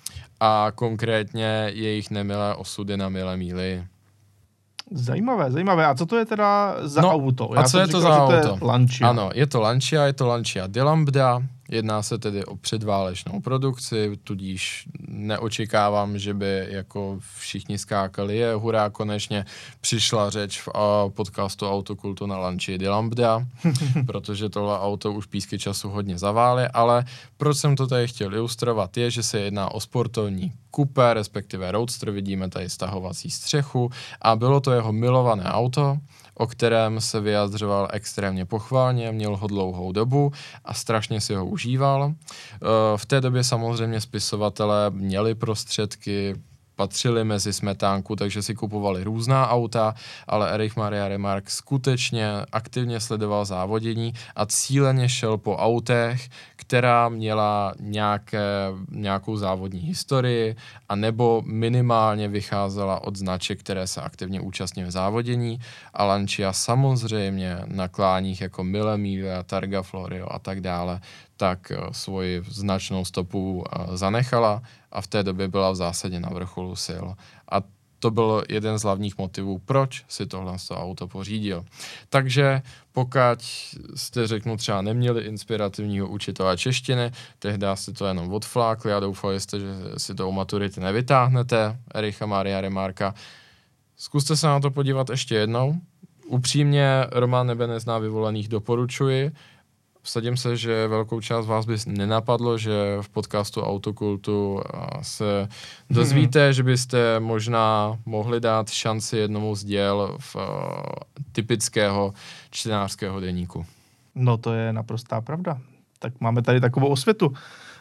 a konkrétně jejich nemilé osudy na milé míly. Zajímavé, zajímavé. A co to je teda za no, auto? Já a co je říkal, to za auto? To je Lancia. Ano, je to Lancia, je to Lancia di Lambda, jedná se tedy o předválečnou produkci, tudíž neočekávám, že by jako všichni skákali, je hurá, konečně přišla řeč v uh, podcastu Autokultu na Lancia di Lambda, protože tohle auto už písky času hodně zavály, ale proč jsem to tady chtěl ilustrovat je, že se jedná o sportovní coupé, respektive roadster, vidíme tady stahovací střechu a bylo to jeho milované auto, o kterém se vyjadřoval extrémně pochválně, měl ho dlouhou dobu a strašně si ho užíval. V té době samozřejmě spisovatelé měli prostředky, patřili mezi smetánku, takže si kupovali různá auta, ale Erich Maria Remarque skutečně aktivně sledoval závodění a cíleně šel po autech, která měla nějaké, nějakou závodní historii a nebo minimálně vycházela od značek, které se aktivně účastní v závodění a Lancia samozřejmě na kláních jako Mille Miglia, Targa Florio a tak dále, tak svoji značnou stopu zanechala a v té době byla v zásadě na vrcholu sil. A to byl jeden z hlavních motivů, proč si tohle auto pořídil. Takže pokud jste, řeknu, třeba neměli inspirativního učitele češtiny, tehdy jste to jenom odflákli a doufali jste, že si to u maturity nevytáhnete, Ericha Maria Remarquea. Zkuste se na to podívat ještě jednou. Upřímně Roman nebe nezná vyvolených doporučuji. Vsadím se, že velkou část vás by nenapadlo, že v podcastu Autokultu se dozvíte, hmm. že byste možná mohli dát šanci jednomu z děl v uh, typického čtenářského deníku. No to je naprostá pravda. Tak máme tady takovou osvětu.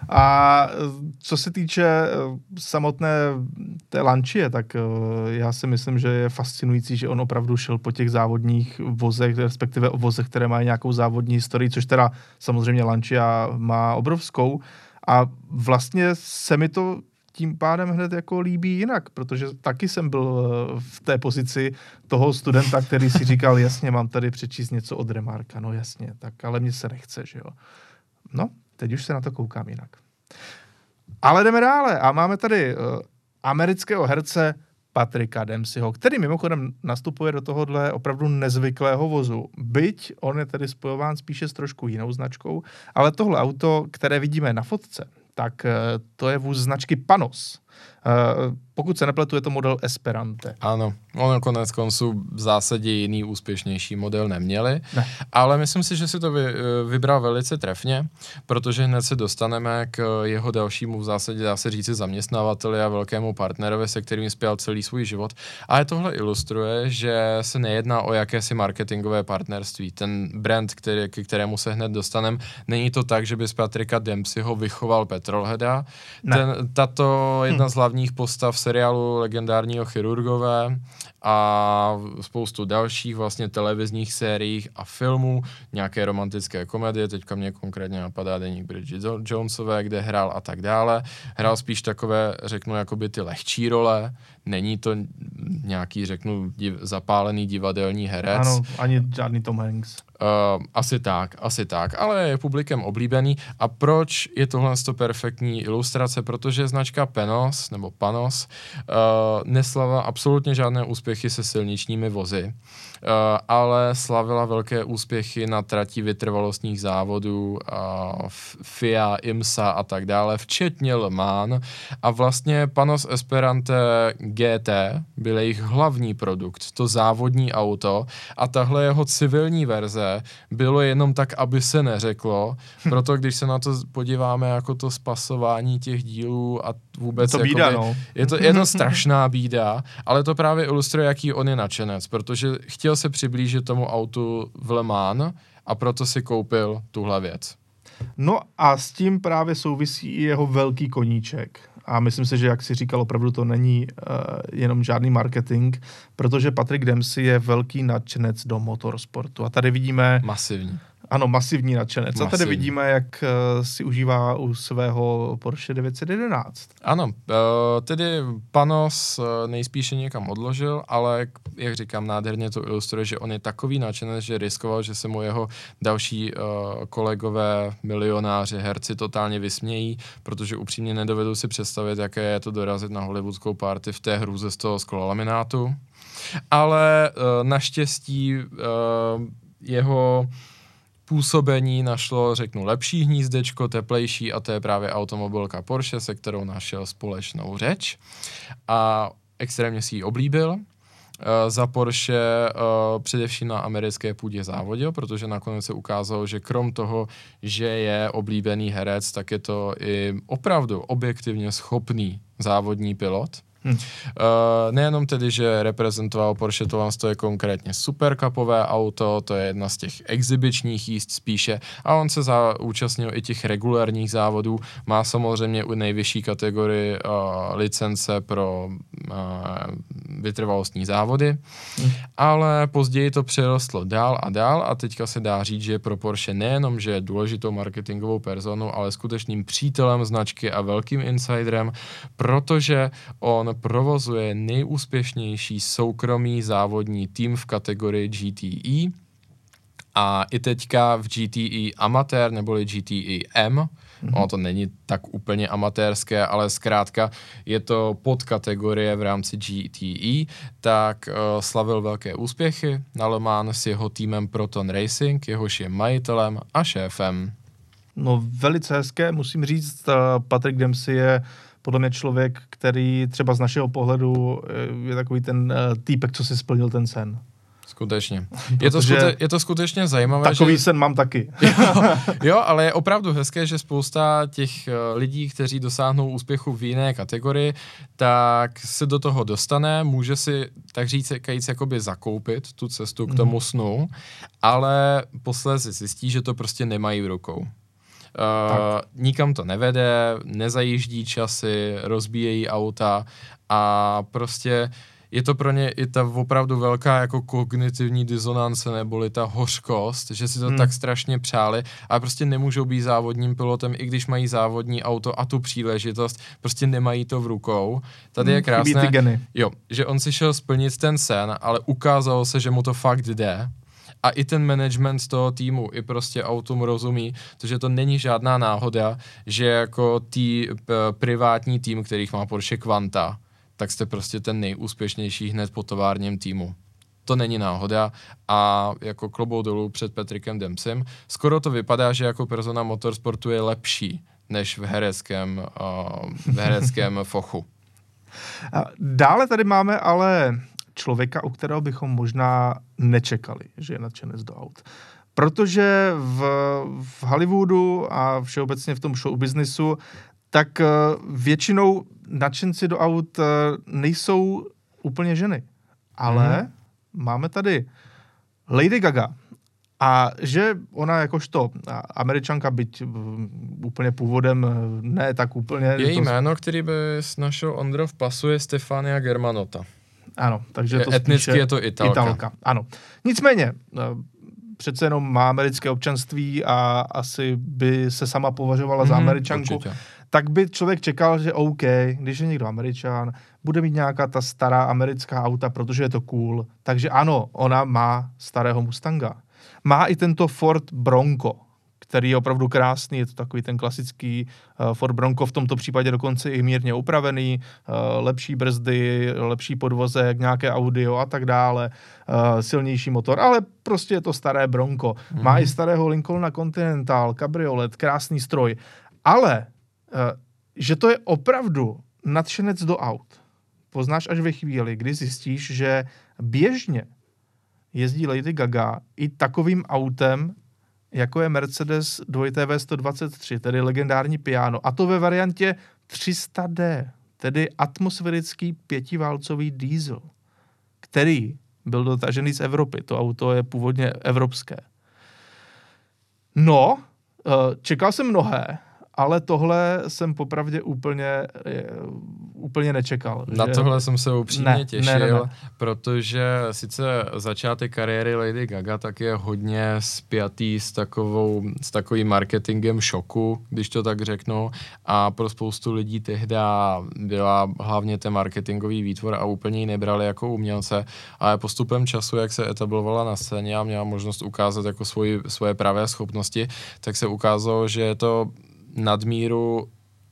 A co se týče samotné té Lancie, tak já si myslím, že je fascinující, že on opravdu šel po těch závodních vozech, respektive o vozech, které mají nějakou závodní historii, což teda samozřejmě Lancia má obrovskou. A vlastně se mi to tím pádem hned jako líbí jinak, protože taky jsem byl v té pozici toho studenta, který si říkal, jasně, mám tady přečíst něco od Remarquea, no jasně, tak ale mně se nechce, že jo. No, teď už se na to koukám jinak. Ale jdeme dále a máme tady uh, amerického herce Patricka Dempseyho, který mimochodem nastupuje do tohohle opravdu nezvyklého vozu. Byť on je tedy spojován spíše s trošku jinou značkou, ale tohle auto, které vidíme na fotce, tak uh, to je vůz značky Panos. Uh, pokud se nepletu, je to model Esperante. Ano, ono konec konců v zásadě jiný úspěšnější model neměli, ne. Ale myslím si, že si to vy, vybral velice trefně, protože hned se dostaneme k jeho dalšímu v zásadě, dá se říci, zaměstnavateli a velkému partnerovi, se kterým spěl celý svůj život. Ale tohle ilustruje, že se nejedná o jakési marketingové partnerství. Ten brand, který, k kterému se hned dostaneme, není to tak, že by z Patricka Dempseyho vychoval Petrolheada. Ten, tato jedna z hlavních postav seriálu Legendárního chirurgové a spoustu dalších vlastně televizních sériích a filmů, nějaké romantické komedie, teďka mě konkrétně napadá Deník Bridget Jonesové, kde hrál a tak dále. Hrál spíš takové, řeknu, jakoby ty lehčí role, není to nějaký, řeknu, div, zapálený divadelní herec. Ano, ani žádný Tom Hanks. Uh, asi tak, asi tak, ale je publikem oblíbený. A proč je tohle perfektní ilustrace? Protože značka Panos, nebo Panos, uh, neslavila absolutně žádné úspěchy se silničními vozy, uh, ale slavila velké úspěchy na trati vytrvalostních závodů, uh, F I A, IMSA a tak dále, včetně Le Mans. A vlastně Panos Esperante G T byl jejich hlavní produkt, to závodní auto, a tahle jeho civilní verze bylo jenom tak, aby se neřeklo, proto když se na to podíváme jako to spasování těch dílů a vůbec je to, bída, jakoby, no. je to je to strašná bída, ale to právě ilustruje, jaký on je nadšenec, protože chtěl se přiblížit tomu autu v Le Mans a proto si koupil tuhle věc. No a s tím právě souvisí i jeho velký koníček. A myslím si, že, jak si říkal, opravdu to není uh, jenom žádný marketing, protože Patrick Dempsey je velký nadšenec do motorsportu. A tady vidíme masivní. Ano, masivní nadšenec. Masivní. A tady vidíme, jak uh, si užívá u svého Porsche devět set jedenáct. Ano, uh, tedy Panos uh, nejspíše někam odložil, ale jak říkám, nádherně to ilustruje, že on je takový nadšenec, že riskoval, že se mu jeho další uh, kolegové, milionáři, herci totálně vysmějí, protože upřímně nedovedu si představit, jaké je to dorazit na hollywoodskou party v té hruze z toho sklolaminátu. Ale uh, naštěstí uh, jeho působení našlo, řeknu, lepší hnízdečko, teplejší, a to je právě automobilka Porsche, se kterou našel společnou řeč a extrémně si ji oblíbil. Uh, za Porsche uh, především na americké půdě závodil, protože nakonec se ukázalo, že krom toho, že je oblíbený herec, tak je to i opravdu objektivně schopný závodní pilot. Hmm. Uh, nejenom tedy, že reprezentoval Porsche, tohle je konkrétně supercupové auto, to je jedna z těch exibičních jízd spíše, a on se účastnil i těch regulárních závodů, má samozřejmě u nejvyšší kategorii uh, licence pro uh, vytrvalostní závody, hmm. ale později to přirostlo dál a dál a teďka se dá říct, že pro Porsche nejenom, že je důležitou marketingovou personou, ale skutečným přítelem značky a velkým insiderem, protože on provozuje nejúspěšnější soukromý závodní tým v kategorii G T E a i teďka v G T E amatér neboli G T E M, mm-hmm. ono to není tak úplně amatérské, ale zkrátka je to podkategorie v rámci G T E, tak uh, slavil velké úspěchy na Le Mans s jeho týmem Proton Racing, jehož je majitelem a šéfem. No velice hezké, musím říct, uh, Patrick Dempsey je podle mě člověk, který třeba z našeho pohledu je takový ten uh, týpek, co si splnil ten sen. Skutečně. Je to, skute- je to skutečně zajímavé, takový že... sen mám taky. jo, jo, ale je opravdu hezké, že spousta těch uh, lidí, kteří dosáhnou úspěchu v jiné kategorii, tak se do toho dostane, může si, tak říct, kajíc, jakoby zakoupit tu cestu k tomu snu, ale posléze zjistí, že to prostě nemají v rukou. Uh, nikam to nevede, nezajíždí časy, rozbíjejí auta a prostě je to pro ně i ta opravdu velká jako kognitivní disonance neboli ta hořkost, že si to hmm. tak strašně přáli a prostě nemůžou být závodním pilotem, i když mají závodní auto a tu příležitost, prostě nemají to v rukou. Tady hmm, je krásné, jo, že on si šel splnit ten sen, ale ukázalo se, že mu to fakt jde. A i ten management toho týmu, i prostě autům rozumí, protože to není žádná náhoda, že jako tý p- privátní tým, kterých má Porsche Quanta, tak jste prostě ten nejúspěšnější hned po továrním týmu. To není náhoda a jako klobouk dolů před Patrickem Dempseym. Skoro to vypadá, že jako persona motorsportu je lepší než v hereckém, uh, v hereckém fochu. Dále tady máme ale člověka, u kterého bychom možná nečekali, že je nadšenec do aut. Protože v, v Hollywoodu a všeobecně v tom showbiznisu tak většinou nadšenci do aut nejsou úplně ženy. Ale mm. máme tady Lady Gaga. A že ona jakožto Američanka, byť úplně původem ne tak úplně... Její to... jméno, který by našel Ondro v pasu, je Stefania Germanotta. Ano, takže je to etnicky je to Italka. Italka. Ano. Nicméně, přece jenom má americké občanství a asi by se sama považovala mm, za Američanku. Určitě. Tak by člověk čekal, že OK, když je někdo Američan, bude mít nějaká ta stará americká auta, protože je to cool. Takže ano, ona má starého Mustanga. Má i tento Ford Bronco, který je opravdu krásný, je to takový ten klasický uh, Ford Bronco, v tomto případě dokonce i mírně upravený, uh, lepší brzdy, lepší podvozek, nějaké audio a tak dále, uh, silnější motor, ale prostě je to staré Bronco. Mm. Má i starého Lincolna Continental, kabriolet, krásný stroj, ale uh, že to je opravdu nadšenec do aut, poznáš až ve chvíli, kdy zjistíš, že běžně jezdí Lady Gaga i takovým autem, jako je Mercedes W V sto dvacet tři, tedy legendární piano, a to ve variantě tři sta D, tedy atmosférický pětiválcový diesel, který byl dotažený z Evropy. To auto je původně evropské. No, čekal jsem mnohé, ale tohle jsem popravdě úplně, úplně nečekal. Na že... tohle jsem se upřímně ne, těšil, ne, ne, ne. protože sice začátek kariéry Lady Gaga tak je hodně spjatý s, takovou, s takovým marketingem šoku, když to tak řeknu, a pro spoustu lidí tehda byla hlavně ten marketingový výtvor a úplně ji nebrali jako umělce, ale postupem času, jak se etablovala na scéně a měla možnost ukázat jako svoji, svoje pravé schopnosti, tak se ukázalo, že je to nadmíru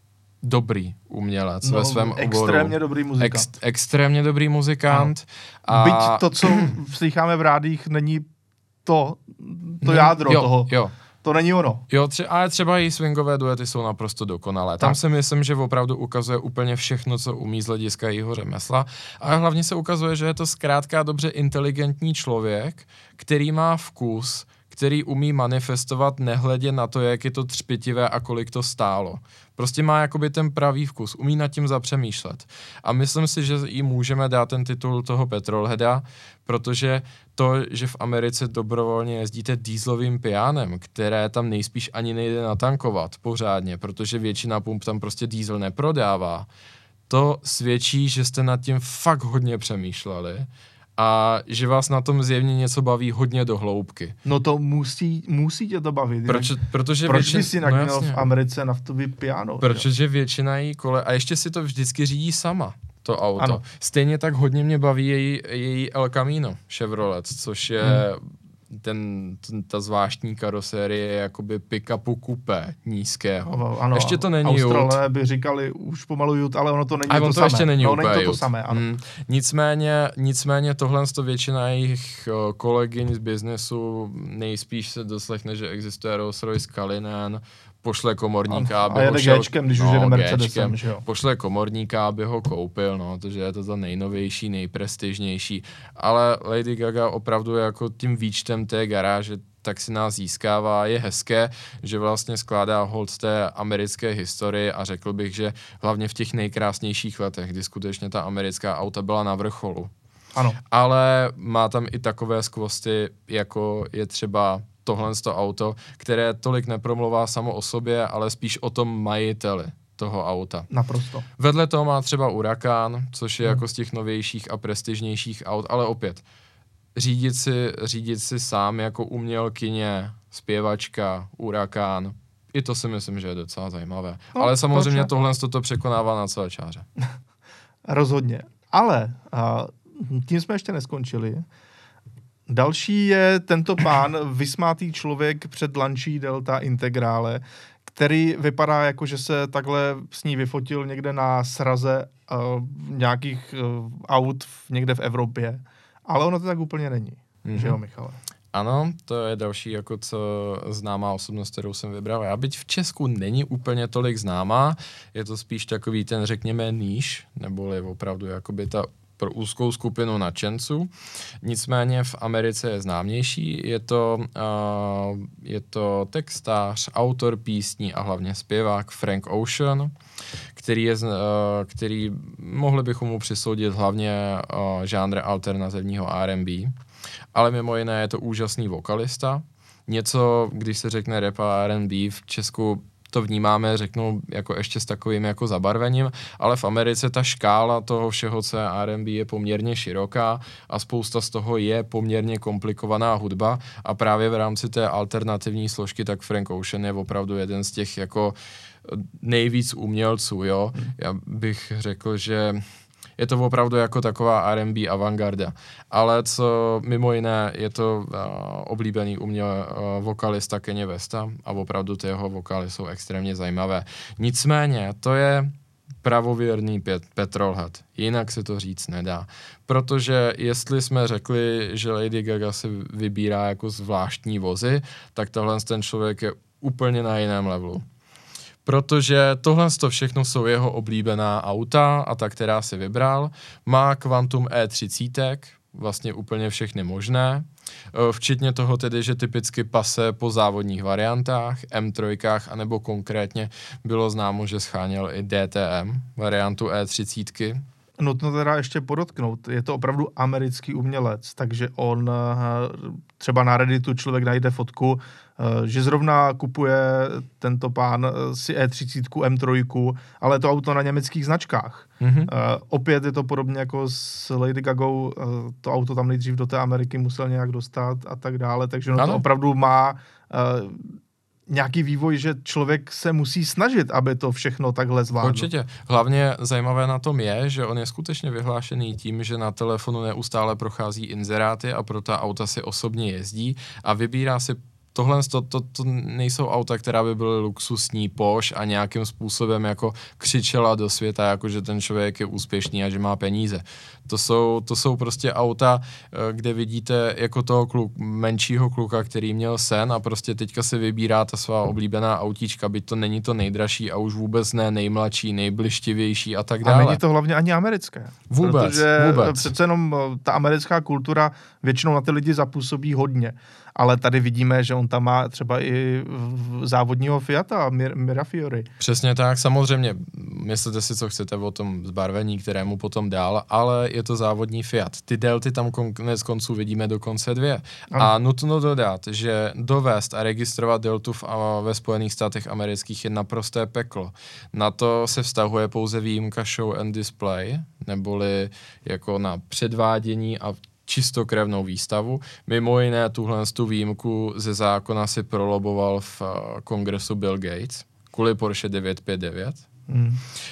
dobrý umělec no, ve svém oboru. Extrémně dobrý muzikant. Ex, extrémně dobrý muzikant. A... Byť to, co slycháme v rádích, není to, to ne, jádro jo, toho. Jo. To není ono. Jo, tře- ale třeba její swingové duety jsou naprosto dokonalé. Tam tak. si myslím, že opravdu ukazuje úplně všechno, co umí z hlediska jejího řemesla. Ale hlavně se ukazuje, že je to zkrátka dobře inteligentní člověk, který má vkus, který umí manifestovat nehledě na to, jak je to třpitivé a kolik to stálo. Prostě má jakoby ten pravý vkus, umí nad tím zapřemýšlet. A myslím si, že jí můžeme dát ten titul toho petrolheada, protože to, že v Americe dobrovolně jezdíte dieselovým pijánem, které tam nejspíš ani nejde natankovat pořádně, protože většina pump tam prostě diesel neprodává, to svědčí, že jste nad tím fakt hodně přemýšleli a že vás na tom zjevně něco baví hodně do hloubky. No to musí, musí tě to bavit. Proč, protože proč většin... by si nagnal no v Americe naftový piano? Protože jo? Většina jí kole... A ještě si to vždycky řídí sama, to auto. Ano. Stejně tak hodně mě baví její, její El Camino Chevrolet, což je... Hmm. Ten, ten, ta zvláštní karosérie je jakoby pick-upu kupé nízkého. Ano, ještě to není Australané by říkali už pomalu jut, ale ono to není a to, on to samé. ještě není no, úplně není to, to jut. samé, ano. Mm. Nicméně, nicméně tohle to většina jejich kolegyň z biznesu nejspíš se doslechne, že existuje Rolls-Royce Cullinan, pošle komorníka, aby a jede ho šel... Géčkem, když no, už jede Mercedesem, že jo. Pošle komorníka, aby ho koupil, no, protože je to ta nejnovější, nejprestižnější. Ale Lady Gaga opravdu jako tím výčtem té garáže tak si nás získává. Je hezké, že vlastně skládá hold té americké historii a řekl bych, že hlavně v těch nejkrásnějších letech, kdy skutečně ta americká auta byla na vrcholu. Ano. Ale má tam i takové skvosty, jako je třeba tohle to auto, které tolik nepromluvá samo o sobě, ale spíš o tom majiteli toho auta. Naprosto. Vedle toho má třeba Huracán, což je hmm. jako z těch novějších a prestižnějších aut, ale opět, řídit si, řídit si sám jako umělkyně, zpěvačka, Huracán, i to si myslím, že je docela zajímavé. No, ale samozřejmě proč? Tohle to překonává na celé čáře. Rozhodně. Ale a, tím jsme ještě neskončili. Další je tento pán, vysmátý člověk před lančí Delta Integrale, který vypadá jako, že se takhle s ní vyfotil někde na sraze uh, nějakých uh, aut v, někde v Evropě. Ale ono to tak úplně není. Mm-hmm. Že jo, Michale? Ano, to je další jako co známá osobnost, kterou jsem vybral. Já byť v Česku není úplně tolik známá, je to spíš takový ten, řekněme, níž, neboli opravdu jakoby ta pro úzkou skupinu nadšenců. Nicméně v Americe je známější. Je to, uh, je to textář, autor písní a hlavně zpěvák Frank Ocean, který, je, uh, který mohli bychom mu přisoudit hlavně uh, žánr alternativního R and B, ale mimo jiné je to úžasný vokalista. Něco, když se řekne rap a R and B, v Česku to vnímáme, řeknu, jako ještě s takovým jako zabarvením, ale v Americe ta škála toho všeho, co je R and B, je poměrně široká a spousta z toho je poměrně komplikovaná hudba a právě v rámci té alternativní složky tak Frank Ocean je opravdu jeden z těch jako nejvíc umělců, jo. Já bych řekl, že je to opravdu jako taková R and B avantgarda. Ale co mimo jiné, je to uh, oblíbený uměl uh, vokalista Kanye Westa a opravdu ty jeho vokály jsou extrémně zajímavé. Nicméně, to je pravověrný pet- petrolhead. Jinak se to říct nedá. Protože jestli jsme řekli, že Lady Gaga si vybírá jako zvláštní vozy, tak tohle ten člověk je úplně na jiném levelu. Protože tohle to všechno jsou jeho oblíbená auta a ta, která si vybral. Má Quantum E třicet, vlastně úplně všechny možné. Včetně toho tedy, že typicky pase po závodních variantách, M tři, anebo konkrétně bylo známo, že scháněl i D T M, variantu E třicet. nutno teda ještě podotknout, je to opravdu americký umělec, takže on třeba na Redditu člověk najde fotku, že zrovna kupuje tento pán si E třicet M tři, ale to auto na německých značkách. Mm-hmm. Uh, opět je to podobně jako s Lady Gagou, uh, to auto tam nejdřív do té Ameriky musel nějak dostat a tak dále, takže no to opravdu má uh, nějaký vývoj, že člověk se musí snažit, aby to všechno takhle zvládl. Určitě. Hlavně zajímavé na tom je, že on je skutečně vyhlášený tím, že na telefonu neustále prochází inzeráty a pro ta auta si osobně jezdí a vybírá si tohle to, to, to nejsou auta, která by byly luxusní, poš a nějakým způsobem jako křičela do světa, jako že ten člověk je úspěšný a že má peníze. To jsou, to jsou prostě auta, kde vidíte jako toho kluk, menšího kluka, který měl sen a prostě teďka si vybírá ta svá oblíbená autíčka, byť to není to nejdražší a už vůbec ne nejmladší, nejblištivější a tak dále. A není to hlavně ani americké. Vůbec, protože vůbec. Přece jenom ta americká kultura většinou na ty lidi zapůsobí hodně. Ale tady vidíme, že on tam má třeba i závodního Fiata, Mir- Mirafiori. Přesně tak, samozřejmě, myslíte si, co chcete o tom zbarvení, kterému potom dál, ale je to závodní Fiat. Ty delty tam konec konců vidíme dokonce dvě. Ano. A nutno dodat, že dovést a registrovat deltu v, a ve Spojených státech amerických je naprosté peklo. Na to se vztahuje pouze výjimka show and display, neboli jako na předvádění a čistokrevnou výstavu. Mimo jiné tuhle tu výjimku ze zákona si proloboval v uh, kongresu Bill Gates kvůli Porsche devět pět devět. Mm. Uh,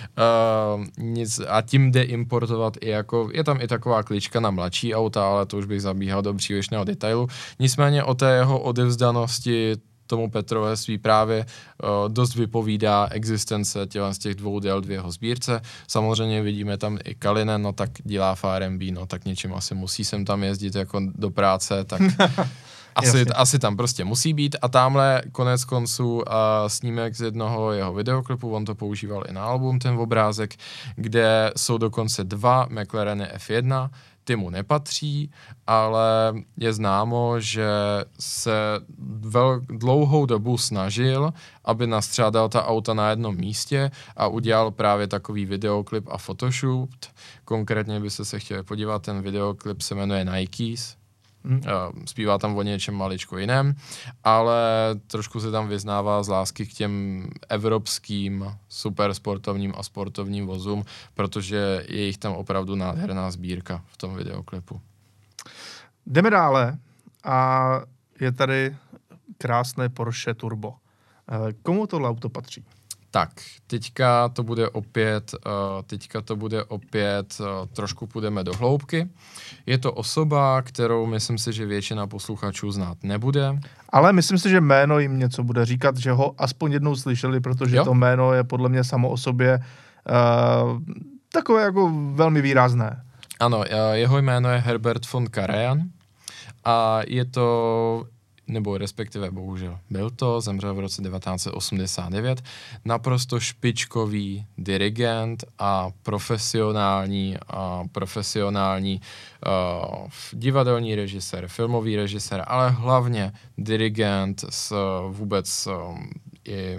nic, a tím jde importovat i jako, je tam i taková klička na mladší auta, ale to už bych zabíhal do přílišného detailu. Nicméně o té jeho odevzdanosti tomu Petrovéství právě uh, dost vypovídá existence těla z těch dvou del v jeho sbírce. Samozřejmě vidíme tam i Kalinen, no tak dělá v R and B, no tak něčím asi musí sem tam jezdit jako do práce, tak asi, asi tam prostě musí být. A tamhle konec konců uh, snímek z jednoho jeho videoklipu, on to používal i na album, ten obrázek, kde jsou dokonce dva McLareny F jedna, ty mu nepatří, ale je známo, že se vel, dlouhou dobu snažil, aby nastřádal ta auta na jednom místě a udělal právě takový videoklip a photoshoot. Konkrétně byste se chtěli podívat, ten videoklip se jmenuje Nikes. Hmm. Zpívá tam o něčem maličko jiném, ale trošku se tam vyznává z lásky k těm evropským supersportovním a sportovním vozům, protože je jich tam opravdu nádherná sbírka v tom videoklipu. Jdeme dále a je tady krásné Porsche Turbo. Komu tohle auto patří? Tak, teďka to bude opět, uh, teďka to bude opět, uh, trošku půjdeme do hloubky. Je to osoba, kterou myslím si, že většina posluchačů znát nebude. Ale myslím si, že jméno jim něco bude říkat, že ho aspoň jednou slyšeli, protože jo? To jméno je podle mě samo o sobě uh, takové jako velmi výrazné. Ano, uh, jeho jméno je Herbert von Karajan a je to... nebo respektive bohužel byl to, zemřel v roce devatenáct set osmdesát devět, naprosto špičkový dirigent a profesionální, a profesionální uh, divadelní režisér, filmový režisér, ale hlavně dirigent s vůbec um, i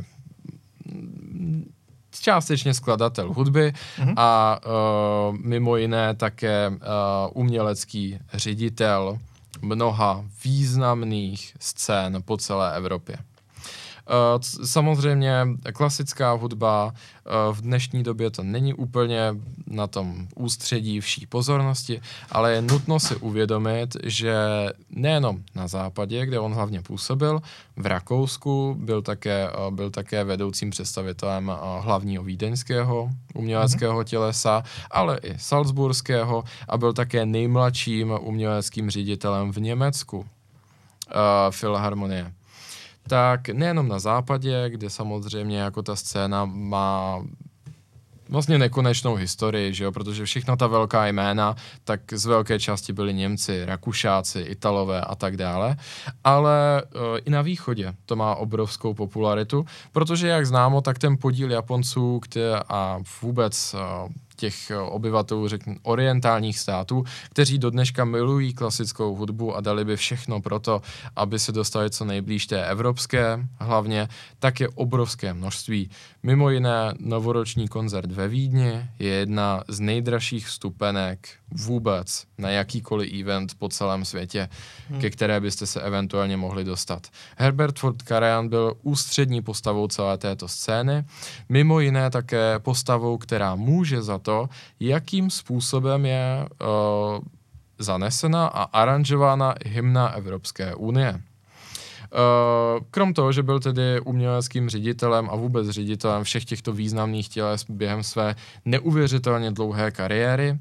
částečně skladatel hudby mm-hmm. a uh, mimo jiné také uh, umělecký ředitel mnoha významných scén po celé Evropě. Samozřejmě klasická hudba v dnešní době to není úplně na tom ústředí vší pozornosti, ale je nutno si uvědomit, že nejenom na západě, kde on hlavně působil, v Rakousku byl také, byl také vedoucím představitelem hlavního vídeňského uměleckého tělesa, ale i salzburského a byl také nejmladším uměleckým ředitelem v Německu uh, Filharmonie. Tak nejenom na západě, kde samozřejmě jako ta scéna má vlastně nekonečnou historii, že jo, protože všechna ta velká jména, tak z velké části byli Němci, Rakušáci, Italové a tak dále, ale uh, i na východě to má obrovskou popularitu, protože jak známo, tak ten podíl Japonců které, a vůbec uh, těch obyvatelů, řekněme, orientálních států, kteří do dneška milují klasickou hudbu a dali by všechno pro to, aby se dostali co nejblíž té evropské hlavně, tak je obrovské množství. Mimo jiné, novoroční koncert ve Vídni je jedna z nejdražších vstupenek vůbec na jakýkoliv event po celém světě, hmm. ke které byste se eventuálně mohli dostat. Herbert von Karajan byl ústřední postavou celé této scény, mimo jiné také postavou, která může za to, jakým způsobem je uh, zanesena a aranžována hymna Evropské unie. Krom toho, že byl tedy uměleckým ředitelem a vůbec ředitelem všech těchto významných těles během své neuvěřitelně dlouhé kariéry,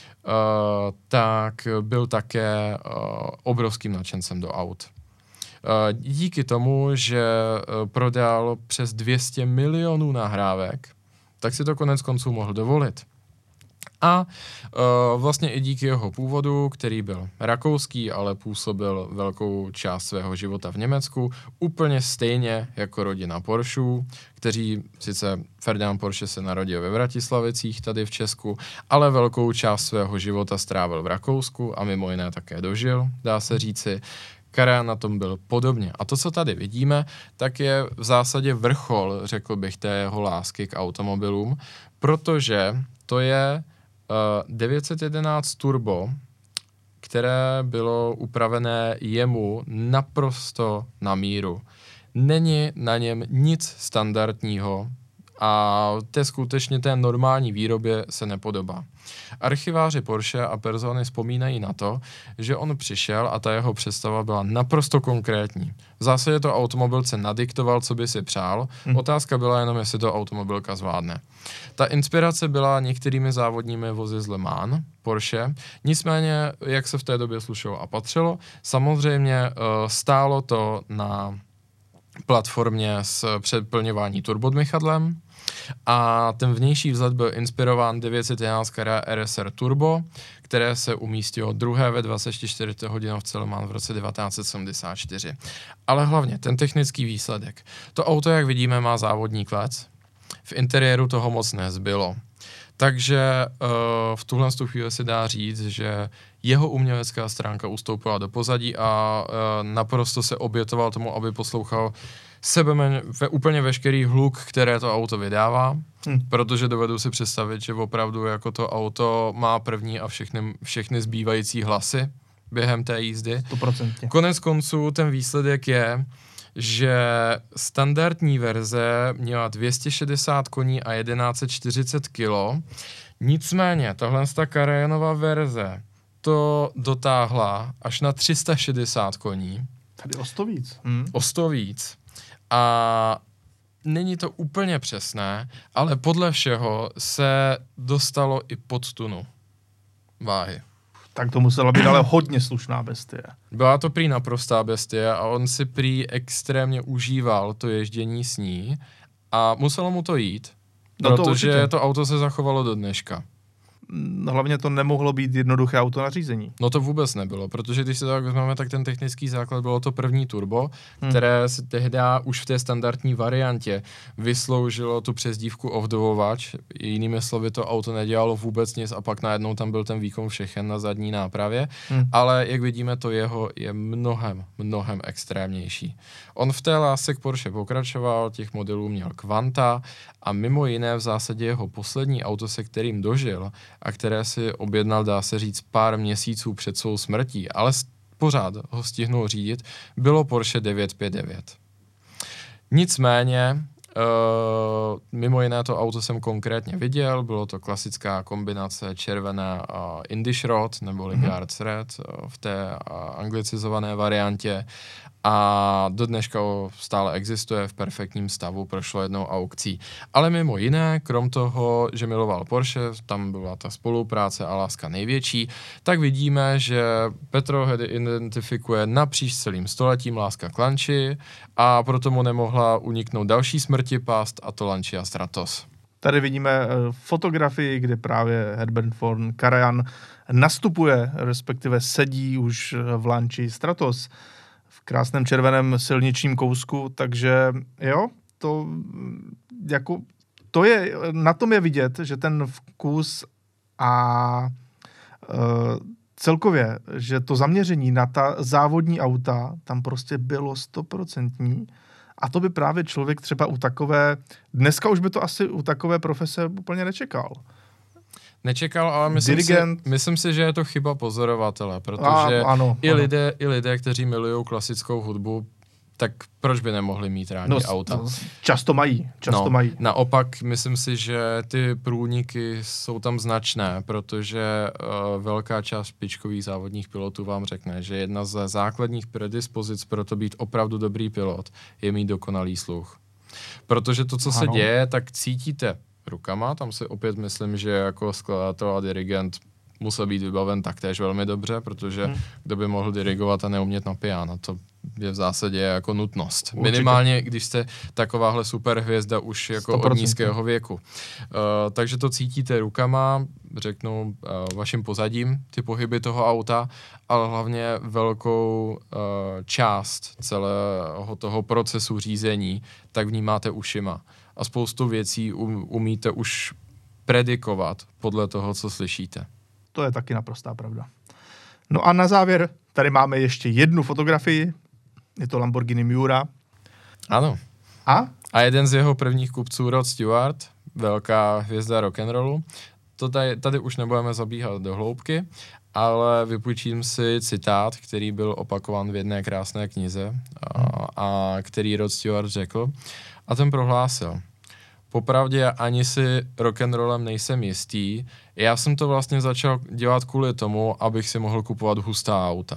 tak byl také obrovským nadšencem do aut. Díky tomu, že prodal přes dvě stě milionů nahrávek, tak si to konec konců mohl dovolit. A uh, vlastně i díky jeho původu, který byl rakouský, ale působil velkou část svého života v Německu, úplně stejně jako rodina Porschů, kteří, sice Ferdinand Porsche se narodil ve Vratislavicích tady v Česku, ale velkou část svého života strávil v Rakousku a mimo jiné také dožil, dá se říci. Karajan na tom byl podobně. A to, co tady vidíme, tak je v zásadě vrchol, řekl bych, té jeho lásky k automobilům, protože to je Uh, devět set jedenáct Turbo, které bylo upravené jemu naprosto na míru. Není na něm nic standardního a to skutečně té normální výrobě se nepodobá. Archiváři Porsche a persony vzpomínají na to, že on přišel a ta jeho představa byla naprosto konkrétní. V zásadě to automobilce nadiktoval, co by si přál. Hmm. Otázka byla jenom, jestli to automobilka zvládne. Ta inspirace byla některými závodními vozy z Le Mans, Porsche, nicméně, jak se v té době slušelo a patřilo, samozřejmě stálo to na platformě s předplňování turbodmychadlem a ten vnější vzhled byl inspirován devět set jedenáct R S R Turbo, které se umístilo druhé ve dvacet čtyři hodin v Le Mans v roce devatenáct set sedmdesát čtyři. Ale hlavně ten technický výsledek. To auto, jak vidíme, má závodní klec. V interiéru toho moc nezbylo. Takže uh, v tuhle chvíli se dá říct, že jeho umělecká stránka ustoupila do pozadí a uh, naprosto se obětoval tomu, aby poslouchal sebe ve úplně veškerý hluk, které to auto vydává, hmm. protože dovedu si představit, že opravdu jako to auto má první a všechny, všechny zbývající hlasy během té jízdy. sto procent. Konec konců ten výsledek je, že standardní verze měla dvě stě šedesát koní a tisíc sto čtyřicet kilogramů, nicméně tahle Karajanova verze to dotáhla až na tři sta šedesát koní. Tady o sto víc. Hmm. O sto víc. A není to úplně přesné, ale podle všeho se dostalo i pod tunu váhy. Tak to musela být ale hodně slušná bestie. Byla to prý naprostá bestie a on si prý extrémně užíval to ježdění s ní a muselo mu to jít, no protože to, to auto se zachovalo do dneška. Hlavně to nemohlo být jednoduché auto na řízení. No to vůbec nebylo, protože když se tak vezmeme, tak ten technický základ bylo to první turbo, hmm. které se tehdy už v té standardní variantě vysloužilo tu přezdívku ovdovovač. Jinými slovy, to auto nedělalo vůbec nic a pak najednou tam byl ten výkon všechen na zadní nápravě, hmm. ale jak vidíme, to jeho je mnohem, mnohem extrémnější. On v té lásce k Porsche pokračoval, těch modelů měl kvanta a mimo jiné v zásadě jeho poslední auto, se kterým dožil a které si objednal, dá se říct, pár měsíců před svou smrtí, ale pořád ho stihnul řídit, bylo Porsche devět set padesát devět. Nicméně, uh, mimo jiné to auto jsem konkrétně viděl, bylo to klasická kombinace červené uh, Indish Rod, neboli mm-hmm. Guards Red uh, v té uh, anglicizované variantě a do dneška stále existuje v perfektním stavu, prošlo jednou aukcí. Ale mimo jiné, krom toho, že miloval Porsche, tam byla ta spolupráce a láska největší, tak vidíme, že Petro Hedy identifikuje napříč celým stoletím láska k Lancia a proto mu nemohla uniknout další smrtipást, a to Lancia Stratos. Tady vidíme fotografii, kde právě Herbert von Karajan nastupuje, respektive sedí už v Lancii Stratos v krásném červeném silničním kousku, takže jo, to jako to je, na tom je vidět, že ten vkus a uh, celkově, že to zaměření na ta závodní auta tam prostě bylo stoprocentní a to by právě člověk třeba u takové, dneska už by to asi u takové profese úplně nečekal. Nečekal, ale myslím si, myslím si, že je to chyba pozorovatele, protože a, ano, i, ano. Lidé, i lidé, kteří milují klasickou hudbu, tak proč by nemohli mít rádi no, auta? Často mají, často no, mají. Naopak, myslím si, že ty průniky jsou tam značné, protože uh, velká část špičkových závodních pilotů vám řekne, že jedna ze základních predispozic pro to být opravdu dobrý pilot je mít dokonalý sluch. Protože to, co ano. se děje, tak cítíte rukama, tam si opět myslím, že jako skladatel a dirigent musel být vybaven taktéž velmi dobře, protože hmm. kdo by mohl dirigovat a neumět na piano, to je v zásadě jako nutnost. Určitě. Minimálně, když jste takováhle superhvězda už jako sto procent od nízkého věku. Uh, takže to cítíte rukama, řeknu uh, vaším pozadím, ty pohyby toho auta, ale hlavně velkou uh, část celého toho procesu řízení, tak vnímáte ušima. A spoustu věcí um, umíte už predikovat podle toho, co slyšíte. To je taky naprostá pravda. No a na závěr tady máme ještě jednu fotografii. Je to Lamborghini Miura. Ano. A? A jeden z jeho prvních kupců, Rod Stewart, velká hvězda rock'n'rollu. To tady, tady už nebudeme zabíhat do hloubky, ale vypůjčím si citát, který byl opakován v jedné krásné knize a, a který Rod Stewart řekl. A ten prohlásil: popravdě ani si rock'n'rollem nejsem jistý. Já jsem to vlastně začal dělat kvůli tomu, abych si mohl kupovat hustá auta.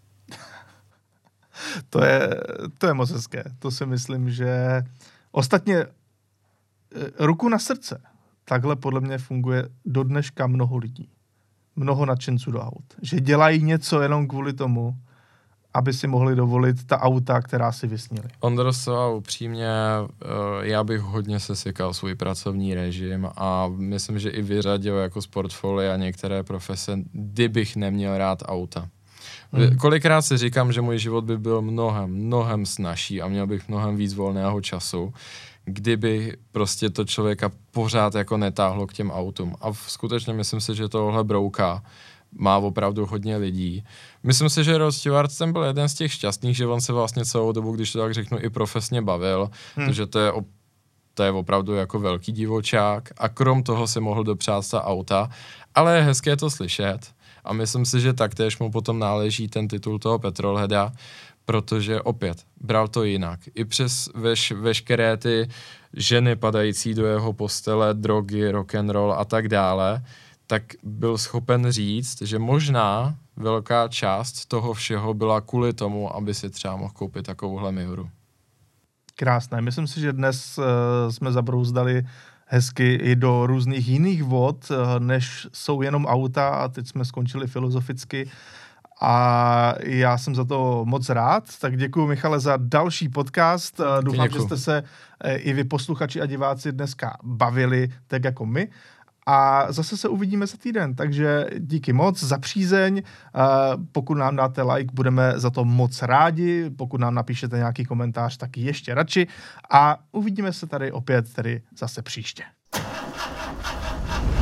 To je, to je moc hezké. To si myslím, že ostatně ruku na srdce. Takhle podle mě funguje do dneška mnoho lidí. Mnoho nadšenců do aut. Že dělají něco jenom kvůli tomu, aby si mohli dovolit ta auta, která si vysnili. Ondroso, upřímně, já bych hodně sesekal svůj pracovní režim a myslím, že i vyřadil jako z portfolia některé profese, kdybych neměl rád auta. Hmm. Kolikrát si říkám, že můj život by byl mnohem, mnohem snazší a měl bych mnohem víc volného času, kdyby prostě to člověka pořád jako netáhlo k těm autům. A skutečně myslím si, že tohle brouká má opravdu hodně lidí. Myslím si, že Rod Stewart ten byl jeden z těch šťastných, že on se vlastně celou dobu, když to tak řeknu, i profesně bavil, hmm. protože to je, to je opravdu jako velký divočák a krom toho si mohl dopřát ta auta, ale je hezké to slyšet a myslím si, že taktéž mu potom náleží ten titul toho petrolheada, protože opět bral to jinak. I přes veš, veškeré ty ženy padající do jeho postele, drogy, rock'n'roll a tak dále, tak byl schopen říct, že možná velká část toho všeho byla kvůli tomu, aby si třeba mohl koupit takovouhle Miuru. Krásné. Myslím si, že dnes uh, jsme zabrouzdali hezky i do různých jiných vod, uh, než jsou jenom auta a teď jsme skončili filozoficky. A já jsem za to moc rád, tak děkuji, Michale, za další podcast. Doufám, děkuju. Že jste se i vy posluchači a diváci dneska bavili tak jako my. A zase se uvidíme za týden, takže díky moc za přízeň. Pokud nám dáte like, budeme za to moc rádi. Pokud nám napíšete nějaký komentář, tak ještě radši. A uvidíme se tady opět tedy zase příště.